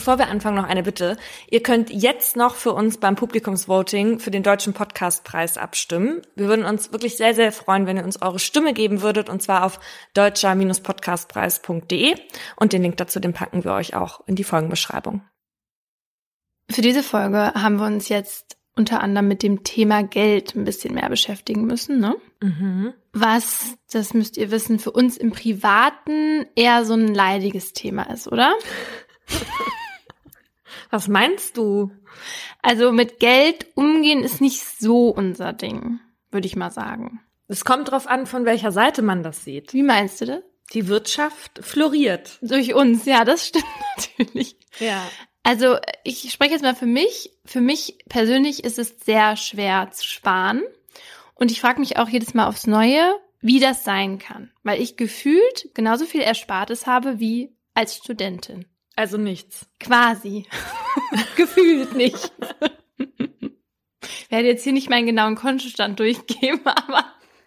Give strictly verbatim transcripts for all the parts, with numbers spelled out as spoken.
Bevor wir anfangen, noch eine Bitte. Ihr könnt jetzt noch für uns beim Publikumsvoting für den Deutschen Podcastpreis abstimmen. Wir würden uns wirklich sehr, sehr freuen, wenn ihr uns eure Stimme geben würdet, und zwar auf deutscher podcastpreis punkt de. Und den Link dazu, den packen wir euch auch in die Folgenbeschreibung. Für diese Folge haben wir uns jetzt unter anderem mit dem Thema Geld ein bisschen mehr beschäftigen müssen, ne? Mhm. Was, das müsst ihr wissen, für uns im Privaten eher so ein leidiges Thema ist, oder? Was meinst du? Also mit Geld umgehen ist nicht so unser Ding, würde ich mal sagen. Es kommt drauf an, von welcher Seite man das sieht. Wie meinst du das? Die Wirtschaft floriert. Durch uns, ja, das stimmt natürlich. Ja. Also ich spreche jetzt mal für mich. Für mich persönlich ist es sehr schwer zu sparen. Und ich frage mich auch jedes Mal aufs Neue, wie das sein kann. Weil ich gefühlt genauso viel Erspartes habe wie als Studentin. Also nichts. Quasi. Gefühlt nicht. Ich werde jetzt hier nicht meinen genauen Kontostand durchgeben, aber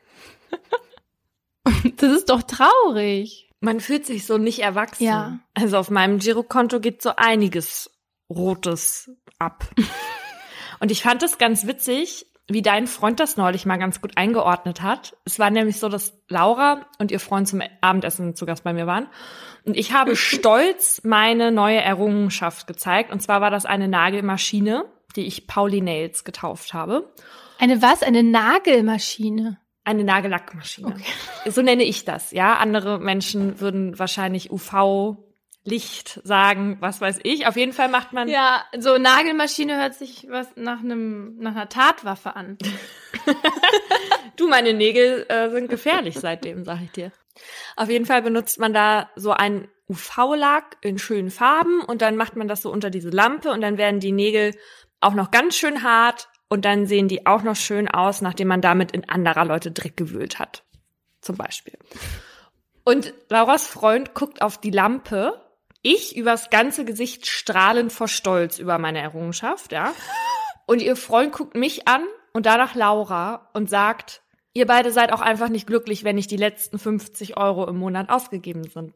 das ist doch traurig. Man fühlt sich so nicht erwachsen. Ja. Also auf meinem Girokonto geht so einiges Rotes ab. Und ich fand es ganz witzig, wie dein Freund das neulich mal ganz gut eingeordnet hat. Es war nämlich so, dass Laura und ihr Freund zum Abendessen zu Gast bei mir waren. Und ich habe stolz meine neue Errungenschaft gezeigt. Und zwar war das eine Nagelmaschine, die ich Pauli Nails getauft habe. Eine was? Eine Nagelmaschine? Eine Nagellackmaschine. Okay. So nenne ich das, ja. Andere Menschen würden wahrscheinlich U V-Licht sagen, was weiß ich. Auf jeden Fall macht man... Ja, so Nagelmaschine hört sich was nach einem nach einer Tatwaffe an. Du, meine Nägel äh, sind gefährlich seitdem, sag ich dir. Auf jeden Fall benutzt man da so einen U V-Lack in schönen Farben und dann macht man das so unter diese Lampe und dann werden die Nägel auch noch ganz schön hart und dann sehen die auch noch schön aus, nachdem man damit in anderer Leute Dreck gewühlt hat. Zum Beispiel. Und Lauras Freund guckt auf die Lampe, ich übers ganze Gesicht strahlend vor Stolz über meine Errungenschaft, ja. Und ihr Freund guckt mich an und danach Laura und sagt, ihr beide seid auch einfach nicht glücklich, wenn nicht die letzten fünfzig Euro im Monat ausgegeben sind.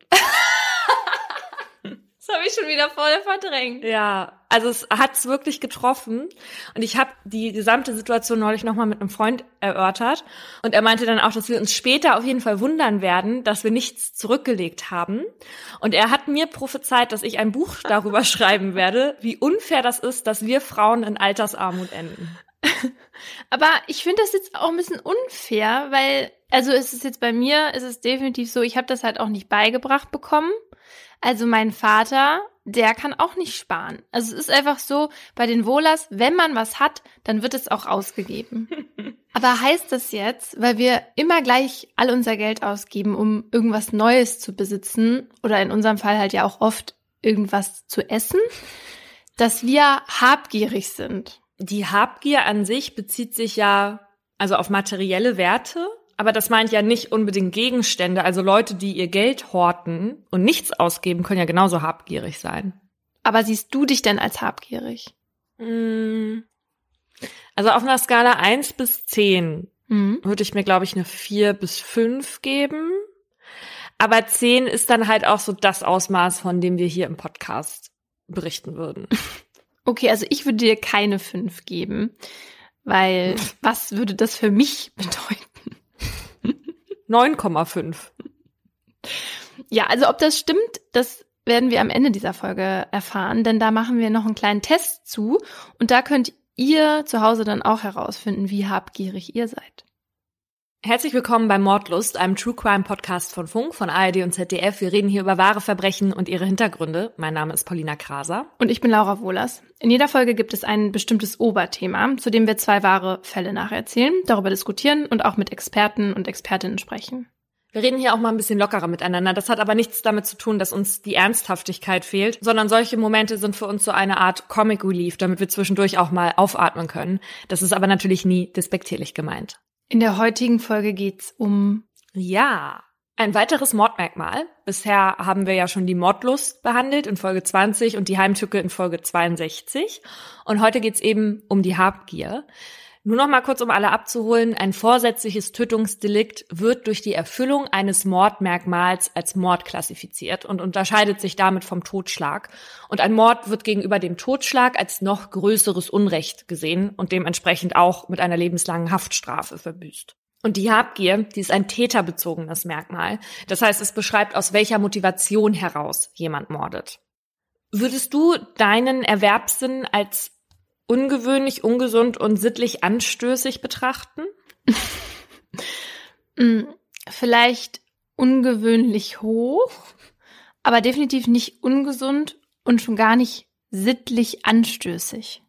Das habe ich schon wieder voll verdrängt. Ja, also es hat's wirklich getroffen. Und ich habe die gesamte Situation neulich nochmal mit einem Freund erörtert. Und er meinte dann auch, dass wir uns später auf jeden Fall wundern werden, dass wir nichts zurückgelegt haben. Und er hat mir prophezeit, dass ich ein Buch darüber schreiben werde, wie unfair das ist, dass wir Frauen in Altersarmut enden. Aber ich finde das jetzt auch ein bisschen unfair, weil, also es ist jetzt bei mir, ist es definitiv so, ich habe das halt auch nicht beigebracht bekommen. Also mein Vater, der kann auch nicht sparen. Also es ist einfach so, bei den Wohlers, wenn man was hat, dann wird es auch ausgegeben. Aber heißt das jetzt, weil wir immer gleich all unser Geld ausgeben, um irgendwas Neues zu besitzen, oder in unserem Fall halt ja auch oft irgendwas zu essen, dass wir habgierig sind? Die Habgier an sich bezieht sich ja also auf materielle Werte. Aber das meint ja nicht unbedingt Gegenstände. Also Leute, die ihr Geld horten und nichts ausgeben, können ja genauso habgierig sein. Aber siehst du dich denn als habgierig? Also auf einer Skala eins bis zehn mhm. würde ich mir, glaube ich, eine vier bis fünf geben. Aber zehn ist dann halt auch so das Ausmaß, von dem wir hier im Podcast berichten würden. Okay, also ich würde dir keine fünf geben, weil was würde das für mich bedeuten? neun Komma fünf. Ja, also ob das stimmt, das werden wir am Ende dieser Folge erfahren, denn da machen wir noch einen kleinen Test zu und da könnt ihr zu Hause dann auch herausfinden, wie habgierig ihr seid. Herzlich willkommen bei Mordlust, einem True Crime Podcast von Funk, von A R D und Z D F. Wir reden hier über wahre Verbrechen und ihre Hintergründe. Mein Name ist Paulina Kraser. Und ich bin Laura Wohlers. In jeder Folge gibt es ein bestimmtes Oberthema, zu dem wir zwei wahre Fälle nacherzählen, darüber diskutieren und auch mit Experten und Expertinnen sprechen. Wir reden hier auch mal ein bisschen lockerer miteinander. Das hat aber nichts damit zu tun, dass uns die Ernsthaftigkeit fehlt, sondern solche Momente sind für uns so eine Art Comic Relief, damit wir zwischendurch auch mal aufatmen können. Das ist aber natürlich nie despektierlich gemeint. In der heutigen Folge geht's um, ja, ein weiteres Mordmerkmal. Bisher haben wir ja schon die Mordlust behandelt in Folge zwanzig und die Heimtücke in Folge zweiundsechzig. Und heute geht's eben um die Habgier. Nur noch mal kurz, um alle abzuholen, ein vorsätzliches Tötungsdelikt wird durch die Erfüllung eines Mordmerkmals als Mord klassifiziert und unterscheidet sich damit vom Totschlag. Und ein Mord wird gegenüber dem Totschlag als noch größeres Unrecht gesehen und dementsprechend auch mit einer lebenslangen Haftstrafe verbüßt. Und die Habgier, die ist ein täterbezogenes Merkmal. Das heißt, es beschreibt, aus welcher Motivation heraus jemand mordet. Würdest du deinen Erwerbssinn als ungewöhnlich, ungesund und sittlich anstößig betrachten? Vielleicht ungewöhnlich hoch, aber definitiv nicht ungesund und schon gar nicht sittlich anstößig.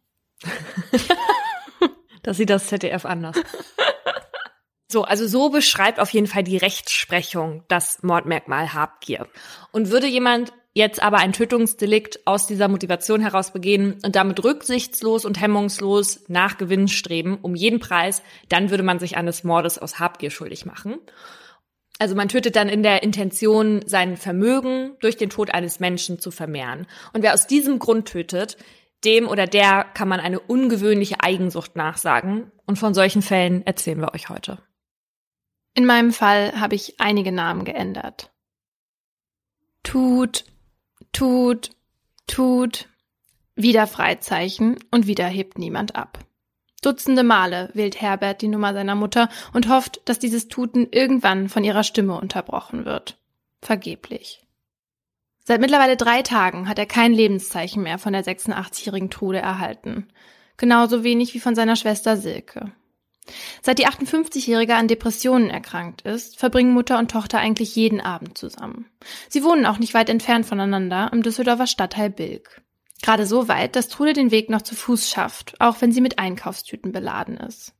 Das sieht das Z D F anders. So, also so beschreibt auf jeden Fall die Rechtsprechung das Mordmerkmal Habgier. Und würde jemand jetzt aber ein Tötungsdelikt aus dieser Motivation heraus begehen und damit rücksichtslos und hemmungslos nach Gewinn streben, um jeden Preis, dann würde man sich eines Mordes aus Habgier schuldig machen. Also man tötet dann in der Intention, sein Vermögen durch den Tod eines Menschen zu vermehren. Und wer aus diesem Grund tötet, dem oder der kann man eine ungewöhnliche Eigensucht nachsagen. Und von solchen Fällen erzählen wir euch heute. In meinem Fall habe ich einige Namen geändert. Tut, tut, tut, wieder Freizeichen und wieder hebt niemand ab. Dutzende Male wählt Herbert die Nummer seiner Mutter und hofft, dass dieses Tuten irgendwann von ihrer Stimme unterbrochen wird. Vergeblich. Seit mittlerweile drei Tagen hat er kein Lebenszeichen mehr von der sechsundachtzigjährigen Trude erhalten. Genauso wenig wie von seiner Schwester Silke. Seit die achtundfünfzigjährige an Depressionen erkrankt ist, verbringen Mutter und Tochter eigentlich jeden Abend zusammen. Sie wohnen auch nicht weit entfernt voneinander im Düsseldorfer Stadtteil Bilk. Gerade so weit, dass Trude den Weg noch zu Fuß schafft, auch wenn sie mit Einkaufstüten beladen ist.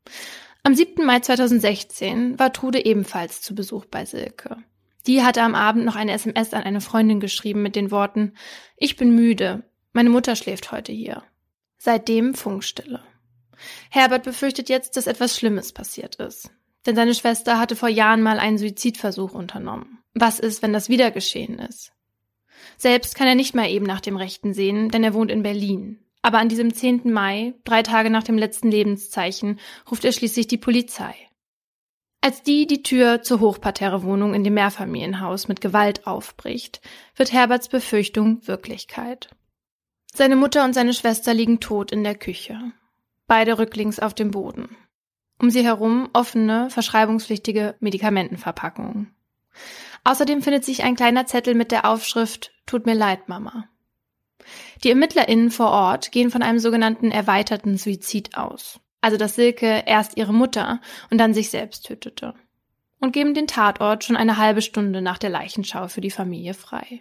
Am siebten Mai zweitausendsechzehn war Trude ebenfalls zu Besuch bei Silke. Die hatte am Abend noch eine S M S an eine Freundin geschrieben mit den Worten: Ich bin müde, meine Mutter schläft heute hier. Seitdem Funkstille. Herbert befürchtet jetzt, dass etwas Schlimmes passiert ist. Denn seine Schwester hatte vor Jahren mal einen Suizidversuch unternommen. Was ist, wenn das wieder geschehen ist? Selbst kann er nicht mal eben nach dem Rechten sehen, denn er wohnt in Berlin. Aber an diesem zehnten Mai, drei Tage nach dem letzten Lebenszeichen, ruft er schließlich die Polizei. Als die die Tür zur Hochparterre-Wohnung in dem Mehrfamilienhaus mit Gewalt aufbricht, wird Herberts Befürchtung Wirklichkeit. Seine Mutter und seine Schwester liegen tot in der Küche. Beide rücklings auf dem Boden. Um sie herum offene, verschreibungspflichtige Medikamentenverpackungen. Außerdem findet sich ein kleiner Zettel mit der Aufschrift »Tut mir leid, Mama«. Die ErmittlerInnen vor Ort gehen von einem sogenannten erweiterten Suizid aus. Also dass Silke erst ihre Mutter und dann sich selbst tötete. Und geben den Tatort schon eine halbe Stunde nach der Leichenschau für die Familie frei.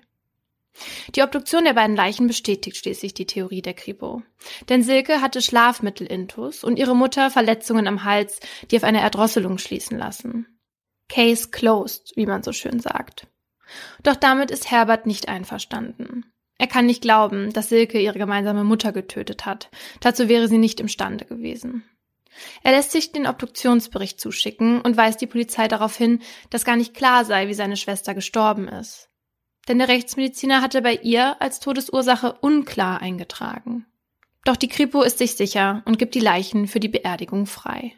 Die Obduktion der beiden Leichen bestätigt schließlich die Theorie der Kripo. Denn Silke hatte Schlafmittelintus und ihre Mutter Verletzungen am Hals, die auf eine Erdrosselung schließen lassen. Case closed, wie man so schön sagt. Doch damit ist Herbert nicht einverstanden. Er kann nicht glauben, dass Silke ihre gemeinsame Mutter getötet hat. Dazu wäre sie nicht imstande gewesen. Er lässt sich den Obduktionsbericht zuschicken und weist die Polizei darauf hin, dass gar nicht klar sei, wie seine Schwester gestorben ist. Denn der Rechtsmediziner hatte bei ihr als Todesursache unklar eingetragen. Doch die Kripo ist sich sicher und gibt die Leichen für die Beerdigung frei.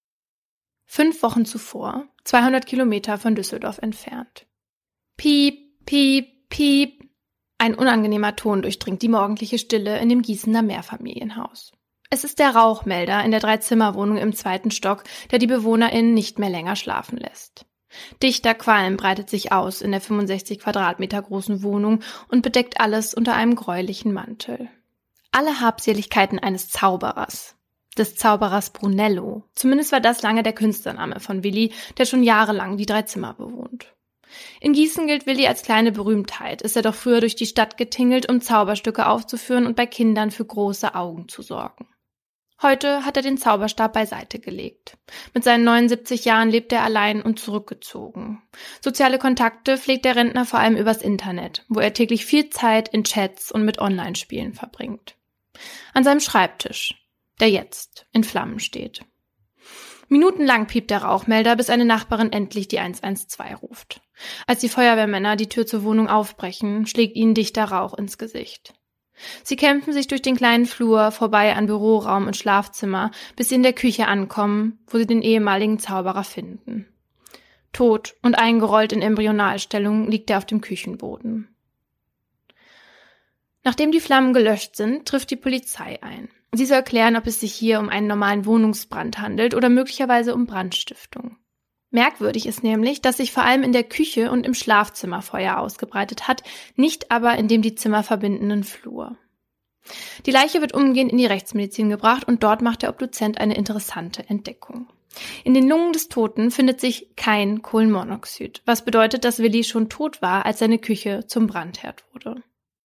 Fünf Wochen zuvor, zweihundert Kilometer von Düsseldorf entfernt. Piep, piep, piep. Ein unangenehmer Ton durchdringt die morgendliche Stille in dem Gießener Mehrfamilienhaus. Es ist der Rauchmelder in der Dreizimmerwohnung im zweiten Stock, der die BewohnerInnen nicht mehr länger schlafen lässt. Dichter Qualm breitet sich aus in der fünfundsechzig Quadratmeter großen Wohnung und bedeckt alles unter einem gräulichen Mantel. Alle Habseligkeiten eines Zauberers. Des Zauberers Brunello. Zumindest war das lange der Künstlername von Willi, der schon jahrelang die drei Zimmer bewohnt. In Gießen gilt Willi als kleine Berühmtheit, ist er doch früher durch die Stadt getingelt, um Zauberstücke aufzuführen und bei Kindern für große Augen zu sorgen. Heute hat er den Zauberstab beiseite gelegt. Mit seinen neunundsiebzig Jahren lebt er allein und zurückgezogen. Soziale Kontakte pflegt der Rentner vor allem übers Internet, wo er täglich viel Zeit in Chats und mit Online-Spielen verbringt. An seinem Schreibtisch, der jetzt in Flammen steht. Minutenlang piept der Rauchmelder, bis eine Nachbarin endlich die eins eins zwei ruft. Als die Feuerwehrmänner die Tür zur Wohnung aufbrechen, schlägt ihnen dichter Rauch ins Gesicht. Sie kämpfen sich durch den kleinen Flur vorbei an Büroraum und Schlafzimmer, bis sie in der Küche ankommen, wo sie den ehemaligen Zauberer finden. Tot und eingerollt in Embryonalstellung liegt er auf dem Küchenboden. Nachdem die Flammen gelöscht sind, trifft die Polizei ein. Sie soll klären, ob es sich hier um einen normalen Wohnungsbrand handelt oder möglicherweise um Brandstiftung. Merkwürdig ist nämlich, dass sich vor allem in der Küche und im Schlafzimmer Feuer ausgebreitet hat, nicht aber in dem die Zimmer verbindenden Flur. Die Leiche wird umgehend in die Rechtsmedizin gebracht und dort macht der Obduzent eine interessante Entdeckung. In den Lungen des Toten findet sich kein Kohlenmonoxid, was bedeutet, dass Willi schon tot war, als seine Küche zum Brandherd wurde.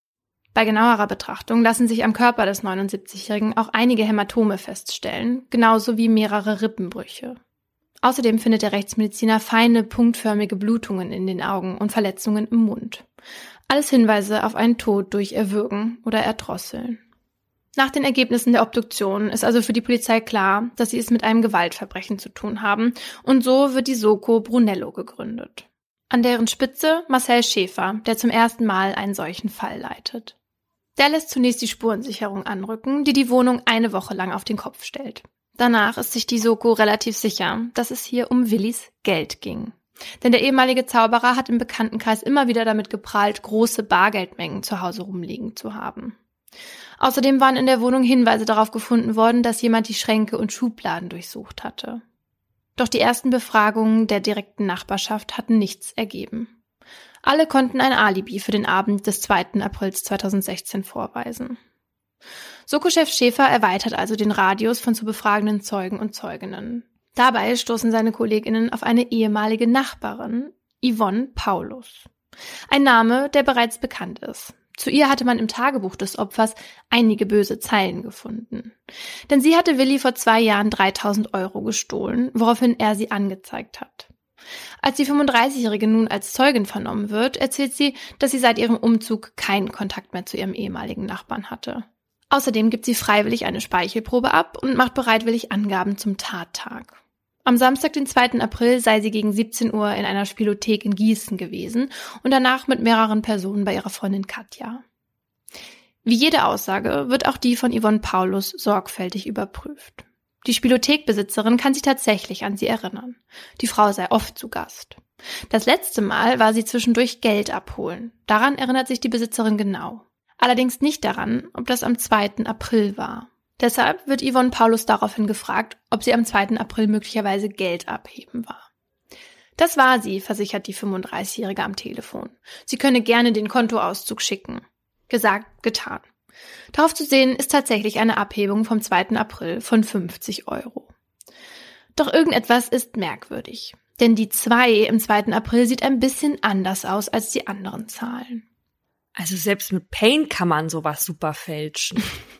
Bei genauerer Betrachtung lassen sich am Körper des neunundsiebzigjährigen auch einige Hämatome feststellen, genauso wie mehrere Rippenbrüche. Außerdem findet der Rechtsmediziner feine, punktförmige Blutungen in den Augen und Verletzungen im Mund. Alles Hinweise auf einen Tod durch Erwürgen oder Erdrosseln. Nach den Ergebnissen der Obduktion ist also für die Polizei klar, dass sie es mit einem Gewaltverbrechen zu tun haben, und so wird die Soko Brunello gegründet. An deren Spitze Marcel Schäfer, der zum ersten Mal einen solchen Fall leitet. Der lässt zunächst die Spurensicherung anrücken, die die Wohnung eine Woche lang auf den Kopf stellt. Danach ist sich die Soko relativ sicher, dass es hier um Willis Geld ging. Denn der ehemalige Zauberer hat im Bekanntenkreis immer wieder damit geprahlt, große Bargeldmengen zu Hause rumliegen zu haben. Außerdem waren in der Wohnung Hinweise darauf gefunden worden, dass jemand die Schränke und Schubladen durchsucht hatte. Doch die ersten Befragungen der direkten Nachbarschaft hatten nichts ergeben. Alle konnten ein Alibi für den Abend des zweiten April zweitausendsechzehn vorweisen. Soko-Chef Schäfer erweitert also den Radius von zu befragenden Zeugen und Zeuginnen. Dabei stoßen seine KollegInnen auf eine ehemalige Nachbarin, Yvonne Paulus. Ein Name, der bereits bekannt ist. Zu ihr hatte man im Tagebuch des Opfers einige böse Zeilen gefunden. Denn sie hatte Willi vor zwei Jahren dreitausend Euro gestohlen, woraufhin er sie angezeigt hat. Als die fünfunddreißigjährige nun als Zeugin vernommen wird, erzählt sie, dass sie seit ihrem Umzug keinen Kontakt mehr zu ihrem ehemaligen Nachbarn hatte. Außerdem gibt sie freiwillig eine Speichelprobe ab und macht bereitwillig Angaben zum Tattag. Am Samstag, den zweiten April, sei sie gegen siebzehn Uhr in einer Spielothek in Gießen gewesen und danach mit mehreren Personen bei ihrer Freundin Katja. Wie jede Aussage wird auch die von Yvonne Paulus sorgfältig überprüft. Die Spielothekbesitzerin kann sich tatsächlich an sie erinnern. Die Frau sei oft zu Gast. Das letzte Mal war sie zwischendurch Geld abholen. Daran erinnert sich die Besitzerin genau. Allerdings nicht daran, ob das am zweiten April war. Deshalb wird Yvonne Paulus daraufhin gefragt, ob sie am zweiten April möglicherweise Geld abheben war. Das war sie, versichert die fünfunddreißigjährige am Telefon. Sie könne gerne den Kontoauszug schicken. Gesagt, getan. Darauf zu sehen ist tatsächlich eine Abhebung vom zweiten April von fünfzig Euro. Doch irgendetwas ist merkwürdig. Denn die zwei im zweiten April sieht ein bisschen anders aus als die anderen Zahlen. Also selbst mit Paint kann man sowas super fälschen.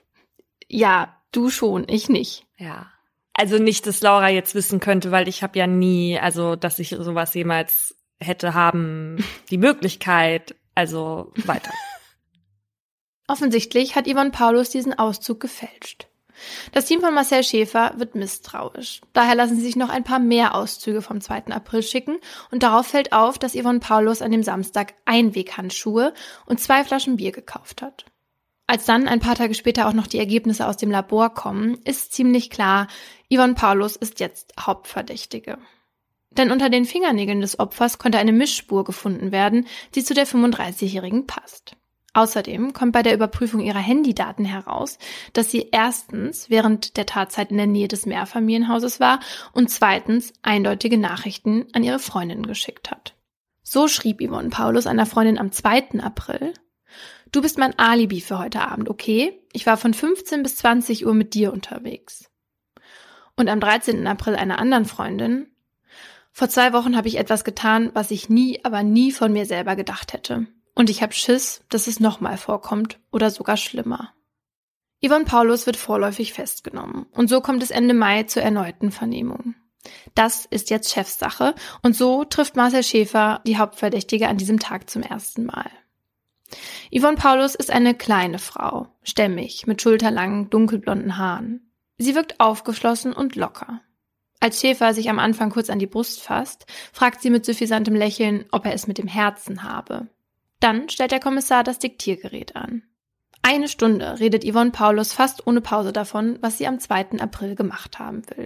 Ja, du schon, ich nicht. Ja. Also nicht, dass Laura jetzt wissen könnte, weil ich habe ja nie, also dass ich sowas jemals hätte haben, die Möglichkeit, also weiter. Offensichtlich hat Yvonne Paulus diesen Auszug gefälscht. Das Team von Marcel Schäfer wird misstrauisch. Daher lassen sie sich noch ein paar mehr Auszüge vom zweiten April schicken und darauf fällt auf, dass Yvonne Paulus an dem Samstag Einweghandschuhe und zwei Flaschen Bier gekauft hat. Als dann ein paar Tage später auch noch die Ergebnisse aus dem Labor kommen, ist ziemlich klar, Yvonne Paulus ist jetzt Hauptverdächtige. Denn unter den Fingernägeln des Opfers konnte eine Mischspur gefunden werden, die zu der fünfunddreißigjährigen passt. Außerdem kommt bei der Überprüfung ihrer Handydaten heraus, dass sie erstens während der Tatzeit in der Nähe des Mehrfamilienhauses war und zweitens eindeutige Nachrichten an ihre Freundin geschickt hat. So schrieb Yvonne Paulus einer Freundin am zweiten April: Du bist mein Alibi für heute Abend, okay? Ich war von fünfzehn bis zwanzig Uhr mit dir unterwegs. Und am dreizehnten April einer anderen Freundin: Vor zwei Wochen habe ich etwas getan, was ich nie, aber nie von mir selber gedacht hätte. Und ich habe Schiss, dass es nochmal vorkommt oder sogar schlimmer. Yvonne Paulus wird vorläufig festgenommen und so kommt es Ende Mai zur erneuten Vernehmung. Das ist jetzt Chefsache und so trifft Marcel Schäfer die Hauptverdächtige an diesem Tag zum ersten Mal. Yvonne Paulus ist eine kleine Frau, stämmig, mit schulterlangen, dunkelblonden Haaren. Sie wirkt aufgeschlossen und locker. Als Schäfer sich am Anfang kurz an die Brust fasst, fragt sie mit suffisantem Lächeln, ob er es mit dem Herzen habe. Dann stellt der Kommissar das Diktiergerät an. Eine Stunde redet Yvonne Paulus fast ohne Pause davon, was sie am zweiten April gemacht haben will.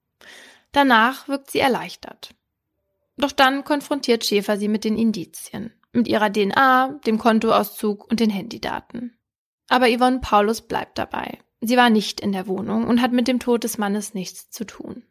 Danach wirkt sie erleichtert. Doch dann konfrontiert Schäfer sie mit den Indizien, mit ihrer D N A, dem Kontoauszug und den Handydaten. Aber Yvonne Paulus bleibt dabei. Sie war nicht in der Wohnung und hat mit dem Tod des Mannes nichts zu tun.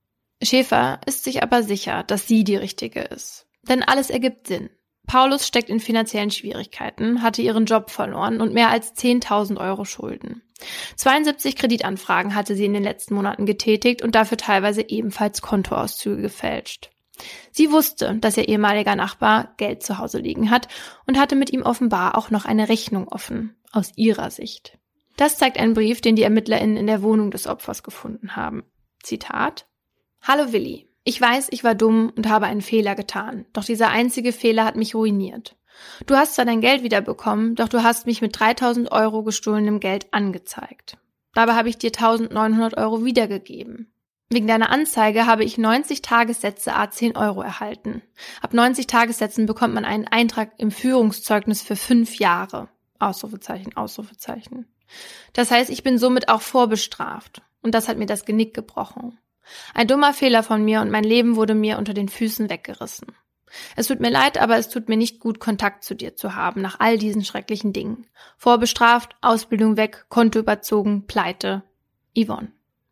Schäfer ist sich aber sicher, dass sie die Richtige ist. Denn alles ergibt Sinn. Paulus steckt in finanziellen Schwierigkeiten, hatte ihren Job verloren und mehr als zehntausend Euro Schulden. zweiundsiebzig Kreditanfragen hatte sie in den letzten Monaten getätigt und dafür teilweise ebenfalls Kontoauszüge gefälscht. Sie wusste, dass ihr ehemaliger Nachbar Geld zu Hause liegen hat und hatte mit ihm offenbar auch noch eine Rechnung offen, aus ihrer Sicht. Das zeigt ein Brief, den die ErmittlerInnen in der Wohnung des Opfers gefunden haben. Zitat: Hallo Willi, ich weiß, ich war dumm und habe einen Fehler getan, doch dieser einzige Fehler hat mich ruiniert. Du hast zwar dein Geld wiederbekommen, doch du hast mich mit dreitausend Euro gestohlenem Geld angezeigt. Dabei habe ich dir eintausendneunhundert Euro wiedergegeben. Wegen deiner Anzeige habe ich neunzig Tagessätze à zehn Euro erhalten. Ab neunzig Tagessätzen bekommt man einen Eintrag im Führungszeugnis für fünf Jahre. Ausrufezeichen, Ausrufezeichen. Das heißt, ich bin somit auch vorbestraft. Und das hat mir das Genick gebrochen. Ein dummer Fehler von mir und mein Leben wurde mir unter den Füßen weggerissen. Es tut mir leid, aber es tut mir nicht gut, Kontakt zu dir zu haben, nach all diesen schrecklichen Dingen. Vorbestraft, Ausbildung weg, Konto überzogen, Pleite. Yvonne.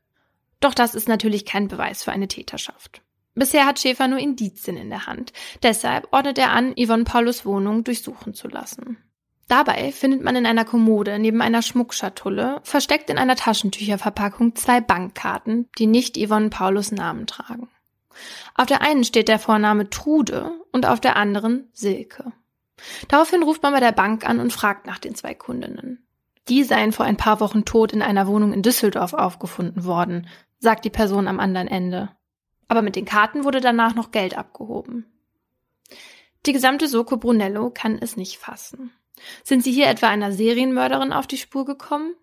Doch das ist natürlich kein Beweis für eine Täterschaft. Bisher hat Schäfer nur Indizien in der Hand. Deshalb ordnet er an, Yvonne Paulus Wohnung durchsuchen zu lassen. Dabei findet man in einer Kommode neben einer Schmuckschatulle, versteckt in einer Taschentücherverpackung, zwei Bankkarten, die nicht Yvonne Paulus Namen tragen. Auf der einen steht der Vorname Trude und auf der anderen Silke. Daraufhin ruft man bei der Bank an und fragt nach den zwei Kundinnen. Die seien vor ein paar Wochen tot in einer Wohnung in Düsseldorf aufgefunden worden, sagt die Person am anderen Ende. Aber mit den Karten wurde danach noch Geld abgehoben. Die gesamte Soko Brunello kann es nicht fassen. Sind sie hier etwa einer Serienmörderin auf die Spur gekommen?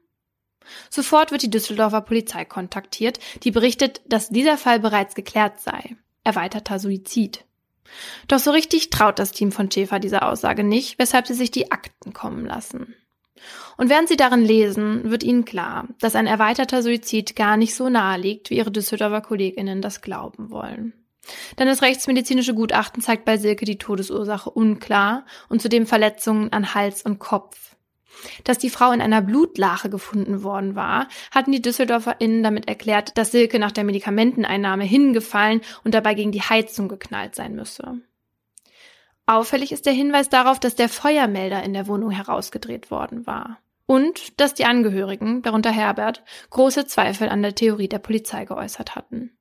Sofort wird die Düsseldorfer Polizei kontaktiert, die berichtet, dass dieser Fall bereits geklärt sei. Erweiterter Suizid. Doch so richtig traut das Team von Schäfer dieser Aussage nicht, weshalb sie sich die Akten kommen lassen. Und während sie darin lesen, wird ihnen klar, dass ein erweiterter Suizid gar nicht so nahe liegt, wie ihre Düsseldorfer KollegInnen das glauben wollen. Denn das rechtsmedizinische Gutachten zeigt bei Silke die Todesursache unklar und zudem Verletzungen an Hals und Kopf. Dass die Frau in einer Blutlache gefunden worden war, hatten die DüsseldorferInnen damit erklärt, dass Silke nach der Medikamenteneinnahme hingefallen und dabei gegen die Heizung geknallt sein müsse. Auffällig ist der Hinweis darauf, dass der Feuermelder in der Wohnung herausgedreht worden war. Und dass die Angehörigen, darunter Herbert, große Zweifel an der Theorie der Polizei geäußert hatten.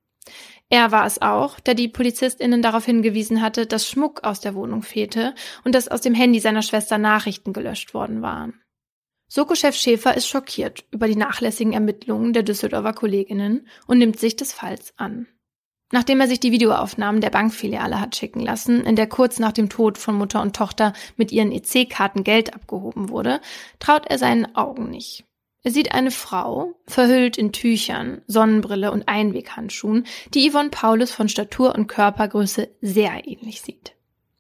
Er war es auch, der die PolizistInnen darauf hingewiesen hatte, dass Schmuck aus der Wohnung fehlte und dass aus dem Handy seiner Schwester Nachrichten gelöscht worden waren. Soko-Chef Schäfer ist schockiert über die nachlässigen Ermittlungen der Düsseldorfer KollegInnen und nimmt sich des Falls an. Nachdem er sich die Videoaufnahmen der Bankfiliale hat schicken lassen, in der kurz nach dem Tod von Mutter und Tochter mit ihren E C-Karten Geld abgehoben wurde, traut er seinen Augen nicht. Er sieht eine Frau, verhüllt in Tüchern, Sonnenbrille und Einweghandschuhen, die Yvonne Paulus von Statur und Körpergröße sehr ähnlich sieht.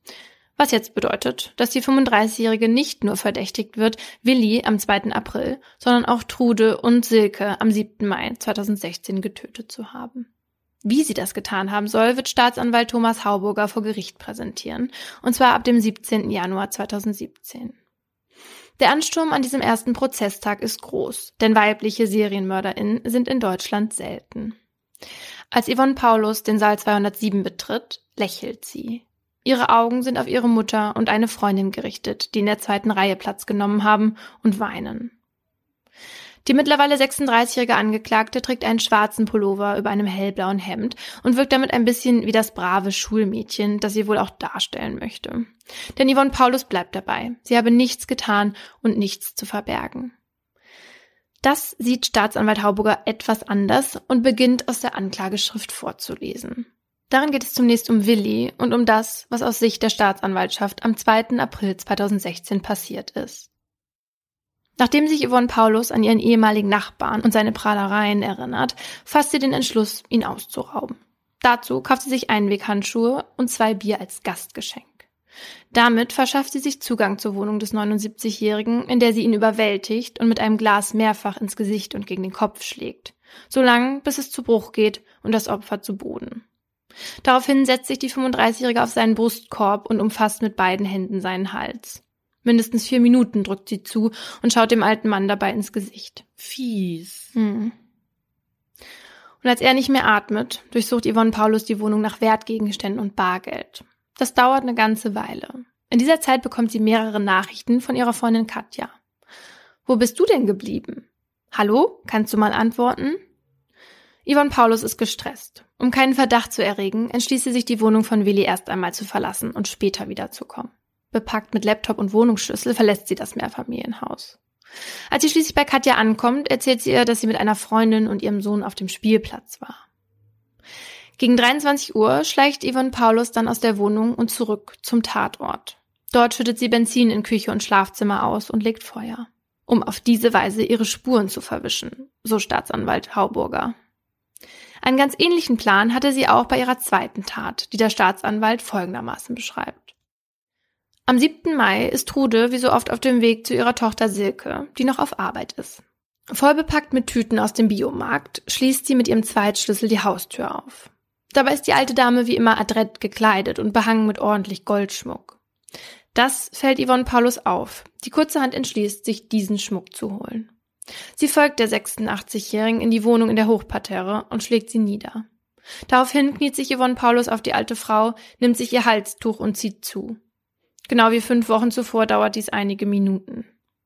Was jetzt bedeutet, dass die fünfunddreißigjährige nicht nur verdächtigt wird, Willi am zweiten April, sondern auch Trude und Silke am siebten Mai zweitausendsechzehn getötet zu haben. Wie sie das getan haben soll, wird Staatsanwalt Thomas Hauburger vor Gericht präsentieren, und zwar ab dem siebzehnten Januar zweitausendsiebzehn. Der Ansturm an diesem ersten Prozesstag ist groß, denn weibliche SerienmörderInnen sind in Deutschland selten. Als Yvonne Paulus den Saal zweihundertsieben betritt, lächelt sie. Ihre Augen sind auf ihre Mutter und eine Freundin gerichtet, die in der zweiten Reihe Platz genommen haben und weinen. Die mittlerweile sechsunddreißigjährige Angeklagte trägt einen schwarzen Pullover über einem hellblauen Hemd und wirkt damit ein bisschen wie das brave Schulmädchen, das sie wohl auch darstellen möchte. Denn Yvonne Paulus bleibt dabei. Sie habe nichts getan und nichts zu verbergen. Das sieht Staatsanwalt Hauburger etwas anders und beginnt aus der Anklageschrift vorzulesen. Darin geht es zunächst um Willi und um das, was aus Sicht der Staatsanwaltschaft am zweiten April zweitausendsechzehn passiert ist. Nachdem sich Yvonne Paulus an ihren ehemaligen Nachbarn und seine Prahlereien erinnert, fasst sie den Entschluss, ihn auszurauben. Dazu kauft sie sich Einweghandschuhe und zwei Bier als Gastgeschenk. Damit verschafft sie sich Zugang zur Wohnung des neunundsiebzigjährigen, in der sie ihn überwältigt und mit einem Glas mehrfach ins Gesicht und gegen den Kopf schlägt, solange bis es zu Bruch geht und das Opfer zu Boden. Daraufhin setzt sich die fünfunddreißigjährige auf seinen Brustkorb und umfasst mit beiden Händen seinen Hals. Mindestens vier Minuten drückt sie zu und schaut dem alten Mann dabei ins Gesicht. Fies. Hm. Und als er nicht mehr atmet, durchsucht Yvonne Paulus die Wohnung nach Wertgegenständen und Bargeld. Das dauert eine ganze Weile. In dieser Zeit bekommt sie mehrere Nachrichten von ihrer Freundin Katja. »Wo bist du denn geblieben? Hallo? Kannst du mal antworten?« Yvonne Paulus ist gestresst. Um keinen Verdacht zu erregen, entschließt sie sich, die Wohnung von Willi erst einmal zu verlassen und später wiederzukommen. Bepackt mit Laptop und Wohnungsschlüssel verlässt sie das Mehrfamilienhaus. Als sie schließlich bei Katja ankommt, erzählt sie ihr, dass sie mit einer Freundin und ihrem Sohn auf dem Spielplatz war. Gegen dreiundzwanzig Uhr schleicht Yvonne Paulus dann aus der Wohnung und zurück zum Tatort. Dort schüttet sie Benzin in Küche und Schlafzimmer aus und legt Feuer, um auf diese Weise ihre Spuren zu verwischen, so Staatsanwalt Hauburger. Einen ganz ähnlichen Plan hatte sie auch bei ihrer zweiten Tat, die der Staatsanwalt folgendermaßen beschreibt. Am siebten Mai ist Trude wie so oft auf dem Weg zu ihrer Tochter Silke, die noch auf Arbeit ist. Vollbepackt mit Tüten aus dem Biomarkt schließt sie mit ihrem Zweitschlüssel die Haustür auf. Dabei ist die alte Dame wie immer adrett gekleidet und behangen mit ordentlich Goldschmuck. Das fällt Yvonne Paulus auf, die kurzerhand entschließt, sich diesen Schmuck zu holen. Sie folgt der sechsundachtzigjährigen in die Wohnung in der Hochparterre und schlägt sie nieder. Daraufhin kniet sich Yvonne Paulus auf die alte Frau, nimmt sich ihr Halstuch und zieht zu. Genau wie fünf Wochen zuvor dauert dies einige Minuten.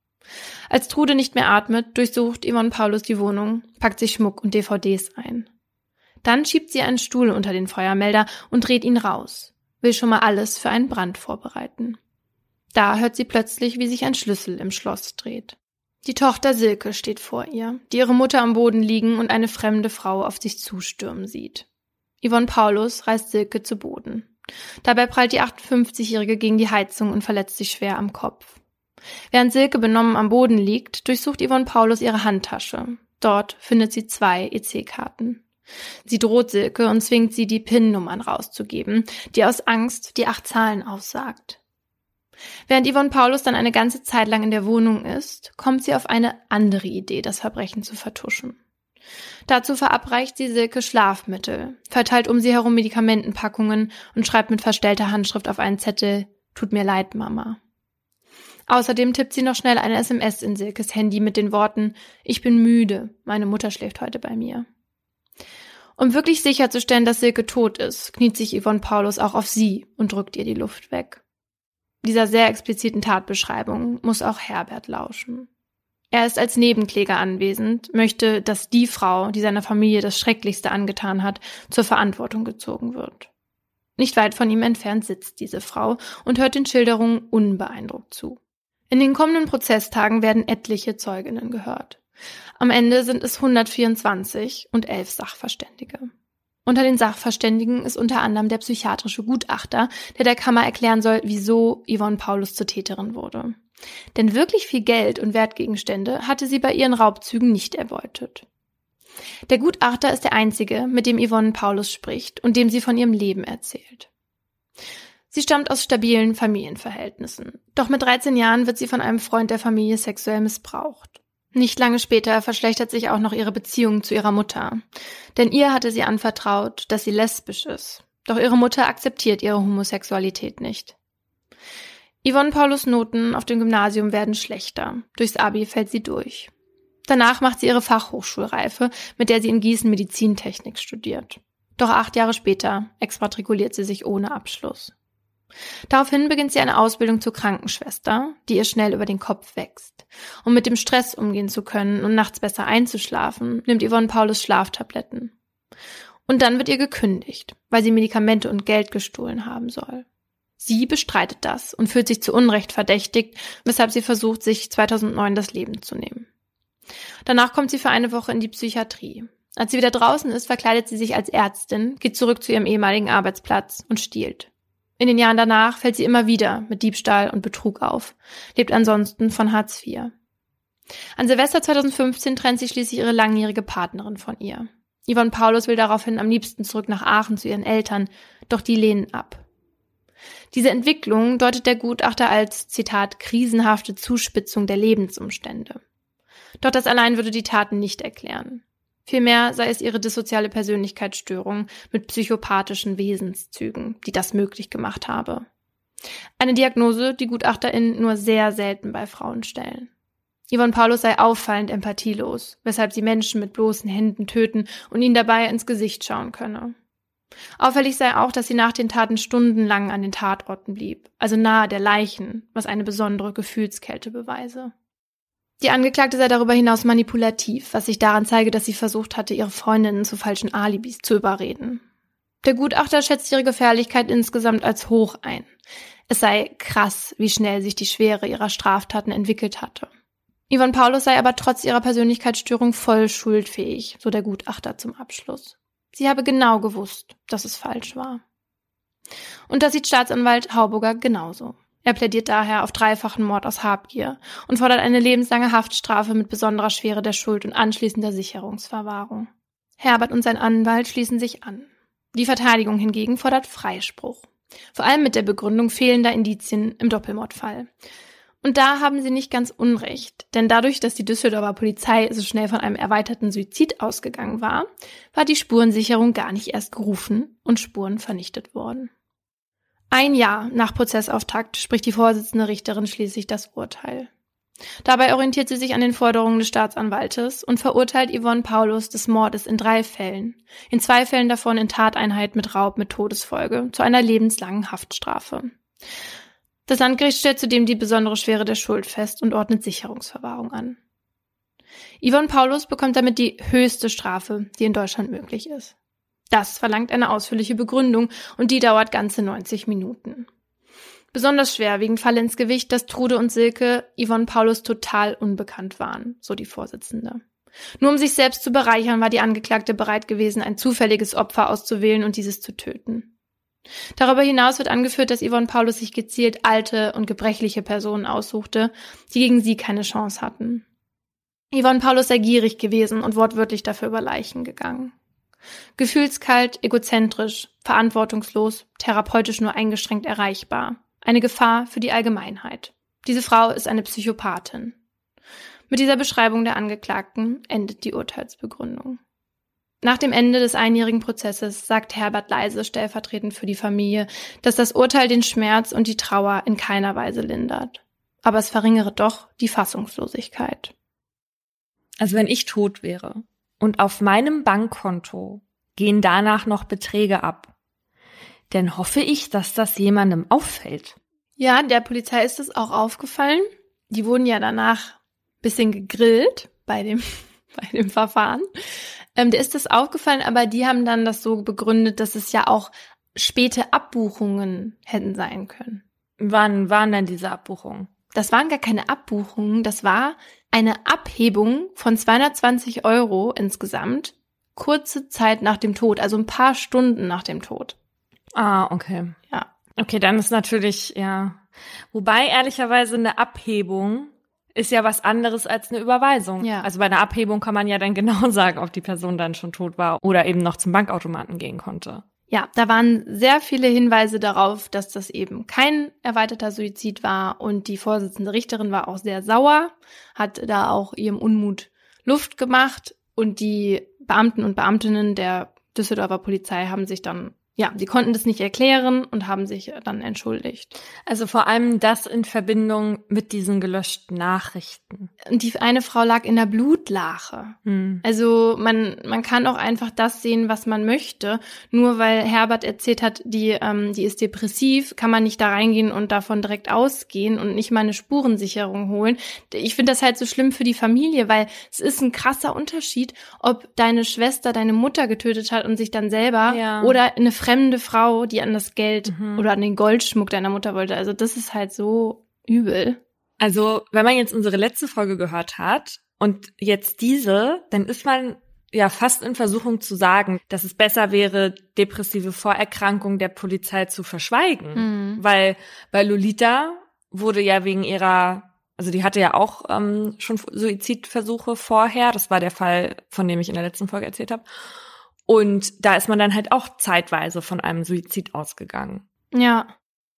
Als Trude nicht mehr atmet, durchsucht Yvonne Paulus die Wohnung, packt sich Schmuck und D V Ds ein. Dann schiebt sie einen Stuhl unter den Feuermelder und dreht ihn raus, will schon mal alles für einen Brand vorbereiten. Da hört sie plötzlich, wie sich ein Schlüssel im Schloss dreht. Die Tochter Silke steht vor ihr, die ihre Mutter am Boden liegen und eine fremde Frau auf sich zustürmen sieht. Yvonne Paulus reißt Silke zu Boden. Dabei prallt die achtundfünfzigjährige gegen die Heizung und verletzt sich schwer am Kopf. Während Silke benommen am Boden liegt, durchsucht Yvonne Paulus ihre Handtasche. Dort findet sie zwei E C-Karten. Sie droht Silke und zwingt sie, die P I N-Nummern rauszugeben, die aus Angst die acht Zahlen aussagt. Während Yvonne Paulus dann eine ganze Zeit lang in der Wohnung ist, kommt sie auf eine andere Idee, das Verbrechen zu vertuschen. Dazu verabreicht sie Silke Schlafmittel, verteilt um sie herum Medikamentenpackungen und schreibt mit verstellter Handschrift auf einen Zettel: »Tut mir leid, Mama.« Außerdem tippt sie noch schnell eine S M S in Silkes Handy mit den Worten: »Ich bin müde, meine Mutter schläft heute bei mir.« Um wirklich sicherzustellen, dass Silke tot ist, kniet sich Yvonne Paulus auch auf sie und drückt ihr die Luft weg. Dieser sehr expliziten Tatbeschreibung muss auch Herbert lauschen. Er ist als Nebenkläger anwesend, möchte, dass die Frau, die seiner Familie das Schrecklichste angetan hat, zur Verantwortung gezogen wird. Nicht weit von ihm entfernt sitzt diese Frau und hört den Schilderungen unbeeindruckt zu. In den kommenden Prozesstagen werden etliche Zeuginnen gehört. Am Ende sind es hundertvierundzwanzig und elf Sachverständige. Unter den Sachverständigen ist unter anderem der psychiatrische Gutachter, der der Kammer erklären soll, wieso Yvonne Paulus zur Täterin wurde. Denn wirklich viel Geld und Wertgegenstände hatte sie bei ihren Raubzügen nicht erbeutet. Der Gutachter ist der einzige, mit dem Yvonne Paulus spricht und dem sie von ihrem Leben erzählt. Sie stammt aus stabilen Familienverhältnissen. Doch mit dreizehn Jahren wird sie von einem Freund der Familie sexuell missbraucht. Nicht lange später verschlechtert sich auch noch ihre Beziehung zu ihrer Mutter. Denn ihr hatte sie anvertraut, dass sie lesbisch ist. Doch ihre Mutter akzeptiert ihre Homosexualität nicht. Yvonne Paulus' Noten auf dem Gymnasium werden schlechter. Durchs Abi fällt sie durch. Danach macht sie ihre Fachhochschulreife, mit der sie in Gießen Medizintechnik studiert. Doch acht Jahre später exmatrikuliert sie sich ohne Abschluss. Daraufhin beginnt sie eine Ausbildung zur Krankenschwester, die ihr schnell über den Kopf wächst. Um mit dem Stress umgehen zu können und nachts besser einzuschlafen, nimmt Yvonne Paulus Schlaftabletten. Und dann wird ihr gekündigt, weil sie Medikamente und Geld gestohlen haben soll. Sie bestreitet das und fühlt sich zu Unrecht verdächtigt, weshalb sie versucht, sich zweitausendneun das Leben zu nehmen. Danach kommt sie für eine Woche in die Psychiatrie. Als sie wieder draußen ist, verkleidet sie sich als Ärztin, geht zurück zu ihrem ehemaligen Arbeitsplatz und stiehlt. In den Jahren danach fällt sie immer wieder mit Diebstahl und Betrug auf, lebt ansonsten von Hartz vier. An Silvester zweitausendfünfzehn trennt sich schließlich ihre langjährige Partnerin von ihr. Yvonne Paulus will daraufhin am liebsten zurück nach Aachen zu ihren Eltern, doch die lehnen ab. Diese Entwicklung deutet der Gutachter als, Zitat, krisenhafte Zuspitzung der Lebensumstände. Doch das allein würde die Taten nicht erklären. Vielmehr sei es ihre dissoziale Persönlichkeitsstörung mit psychopathischen Wesenszügen, die das möglich gemacht habe. Eine Diagnose, die GutachterInnen nur sehr selten bei Frauen stellen. Yvonne Paulus sei auffallend empathielos, weshalb sie Menschen mit bloßen Händen töten und ihnen dabei ins Gesicht schauen könne. Auffällig sei auch, dass sie nach den Taten stundenlang an den Tatorten blieb, also nahe der Leichen, was eine besondere Gefühlskälte beweise. Die Angeklagte sei darüber hinaus manipulativ, was sich daran zeige, dass sie versucht hatte, ihre Freundinnen zu falschen Alibis zu überreden. Der Gutachter schätzt ihre Gefährlichkeit insgesamt als hoch ein. Es sei krass, wie schnell sich die Schwere ihrer Straftaten entwickelt hatte. Yvonne Paulus sei aber trotz ihrer Persönlichkeitsstörung voll schuldfähig, so der Gutachter zum Abschluss. Sie habe genau gewusst, dass es falsch war. Und das sieht Staatsanwalt Hauburger genauso. Er plädiert daher auf dreifachen Mord aus Habgier und fordert eine lebenslange Haftstrafe mit besonderer Schwere der Schuld und anschließender Sicherungsverwahrung. Herbert und sein Anwalt schließen sich an. Die Verteidigung hingegen fordert Freispruch. Vor allem mit der Begründung fehlender Indizien im Doppelmordfall. Und da haben sie nicht ganz unrecht, denn dadurch, dass die Düsseldorfer Polizei so schnell von einem erweiterten Suizid ausgegangen war, war die Spurensicherung gar nicht erst gerufen und Spuren vernichtet worden. Ein Jahr nach Prozessauftakt spricht die Vorsitzende Richterin schließlich das Urteil. Dabei orientiert sie sich an den Forderungen des Staatsanwaltes und verurteilt Yvonne Paulus des Mordes in drei Fällen, in zwei Fällen davon in Tateinheit mit Raub mit Todesfolge, zu einer lebenslangen Haftstrafe. Das Landgericht stellt zudem die besondere Schwere der Schuld fest und ordnet Sicherungsverwahrung an. Yvonne Paulus bekommt damit die höchste Strafe, die in Deutschland möglich ist. Das verlangt eine ausführliche Begründung und die dauert ganze neunzig Minuten. Besonders schwer wiegend falle ins Gewicht, dass Trude und Silke Yvonne Paulus total unbekannt waren, so die Vorsitzende. Nur um sich selbst zu bereichern, war die Angeklagte bereit gewesen, ein zufälliges Opfer auszuwählen und dieses zu töten. Darüber hinaus wird angeführt, dass Yvonne Paulus sich gezielt alte und gebrechliche Personen aussuchte, die gegen sie keine Chance hatten. Yvonne Paulus sei gierig gewesen und wortwörtlich dafür über Leichen gegangen. Gefühlskalt, egozentrisch, verantwortungslos, therapeutisch nur eingeschränkt erreichbar. Eine Gefahr für die Allgemeinheit. Diese Frau ist eine Psychopathin. Mit dieser Beschreibung der Angeklagten endet die Urteilsbegründung. Nach dem Ende des einjährigen Prozesses sagt Herbert Leise stellvertretend für die Familie, dass das Urteil den Schmerz und die Trauer in keiner Weise lindert. Aber es verringere doch die Fassungslosigkeit. Also wenn ich tot wäre und auf meinem Bankkonto gehen danach noch Beträge ab, dann hoffe ich, dass das jemandem auffällt. Ja, der Polizei ist es auch aufgefallen. Die wurden ja danach ein bisschen gegrillt bei dem, bei dem Verfahren. Ähm, der ist das aufgefallen, aber die haben dann das so begründet, dass es ja auch späte Abbuchungen hätten sein können. Wann waren denn diese Abbuchungen? Das waren gar keine Abbuchungen, das war eine Abhebung von zweihundertzwanzig Euro insgesamt, kurze Zeit nach dem Tod, also ein paar Stunden nach dem Tod. Ah, okay. Ja. Okay, dann ist natürlich, ja. Wobei, ehrlicherweise, eine Abhebung ist ja was anderes als eine Überweisung. Ja. Also bei einer Abhebung kann man ja dann genau sagen, ob die Person dann schon tot war oder eben noch zum Bankautomaten gehen konnte. Ja, da waren sehr viele Hinweise darauf, dass das eben kein erweiterter Suizid war und die Vorsitzende Richterin war auch sehr sauer, hat da auch ihrem Unmut Luft gemacht und die Beamten und Beamtinnen der Düsseldorfer Polizei haben sich dann, ja, sie konnten das nicht erklären und haben sich dann entschuldigt. Also vor allem das in Verbindung mit diesen gelöschten Nachrichten. Und die eine Frau lag in der Blutlache. Hm. Also man man kann auch einfach das sehen, was man möchte. Nur weil Herbert erzählt hat, die ähm, die ist depressiv, kann man nicht da reingehen und davon direkt ausgehen und nicht mal eine Spurensicherung holen. Ich finde das halt so schlimm für die Familie, weil es ist ein krasser Unterschied, ob deine Schwester deine Mutter getötet hat und sich dann selber ja. oder eine fremde Frau, die an das Geld mhm. oder an den Goldschmuck deiner Mutter wollte. Also das ist halt so übel. Also wenn man jetzt unsere letzte Folge gehört hat und jetzt diese, dann ist man ja fast in Versuchung zu sagen, dass es besser wäre, depressive Vorerkrankungen der Polizei zu verschweigen. Mhm. Weil bei Lolita wurde ja wegen ihrer, also die hatte ja auch ähm, schon Suizidversuche vorher. Das war der Fall, von dem ich in der letzten Folge erzählt habe. Und da ist man dann halt auch zeitweise von einem Suizid ausgegangen. Ja.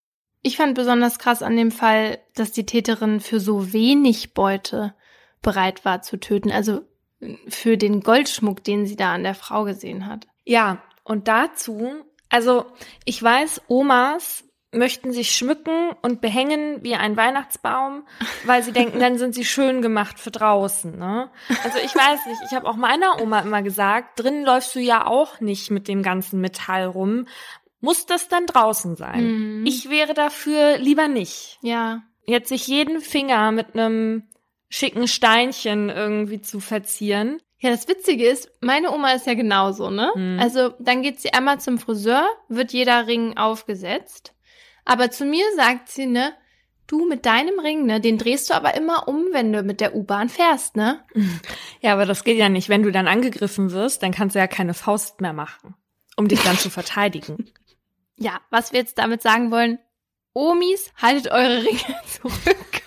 Ich fand besonders krass an dem Fall, dass die Täterin für so wenig Beute bereit war zu töten, also für den Goldschmuck, den sie da an der Frau gesehen hat. Ja, und dazu, also ich weiß, Omas möchten sich schmücken und behängen wie ein Weihnachtsbaum, weil sie denken, dann sind sie schön gemacht für draußen, ne? Also ich weiß nicht, ich habe auch meiner Oma immer gesagt, drinnen läufst du ja auch nicht mit dem ganzen Metall rum. Muss das dann draußen sein? Mhm. Ich wäre dafür lieber nicht. Ja. Jetzt sich jeden Finger mit einem schicken Steinchen irgendwie zu verzieren. Ja, das Witzige ist, meine Oma ist ja genauso, ne? Mhm. Also dann geht sie einmal zum Friseur, wird jeder Ring aufgesetzt. Aber zu mir sagt sie, ne, du mit deinem Ring, ne, den drehst du aber immer um, wenn du mit der U-Bahn fährst, ne? Ja, aber das geht ja nicht. Wenn du dann angegriffen wirst, dann kannst du ja keine Faust mehr machen, um dich dann zu verteidigen. Ja, was wir jetzt damit sagen wollen, Omis, haltet eure Ringe zurück.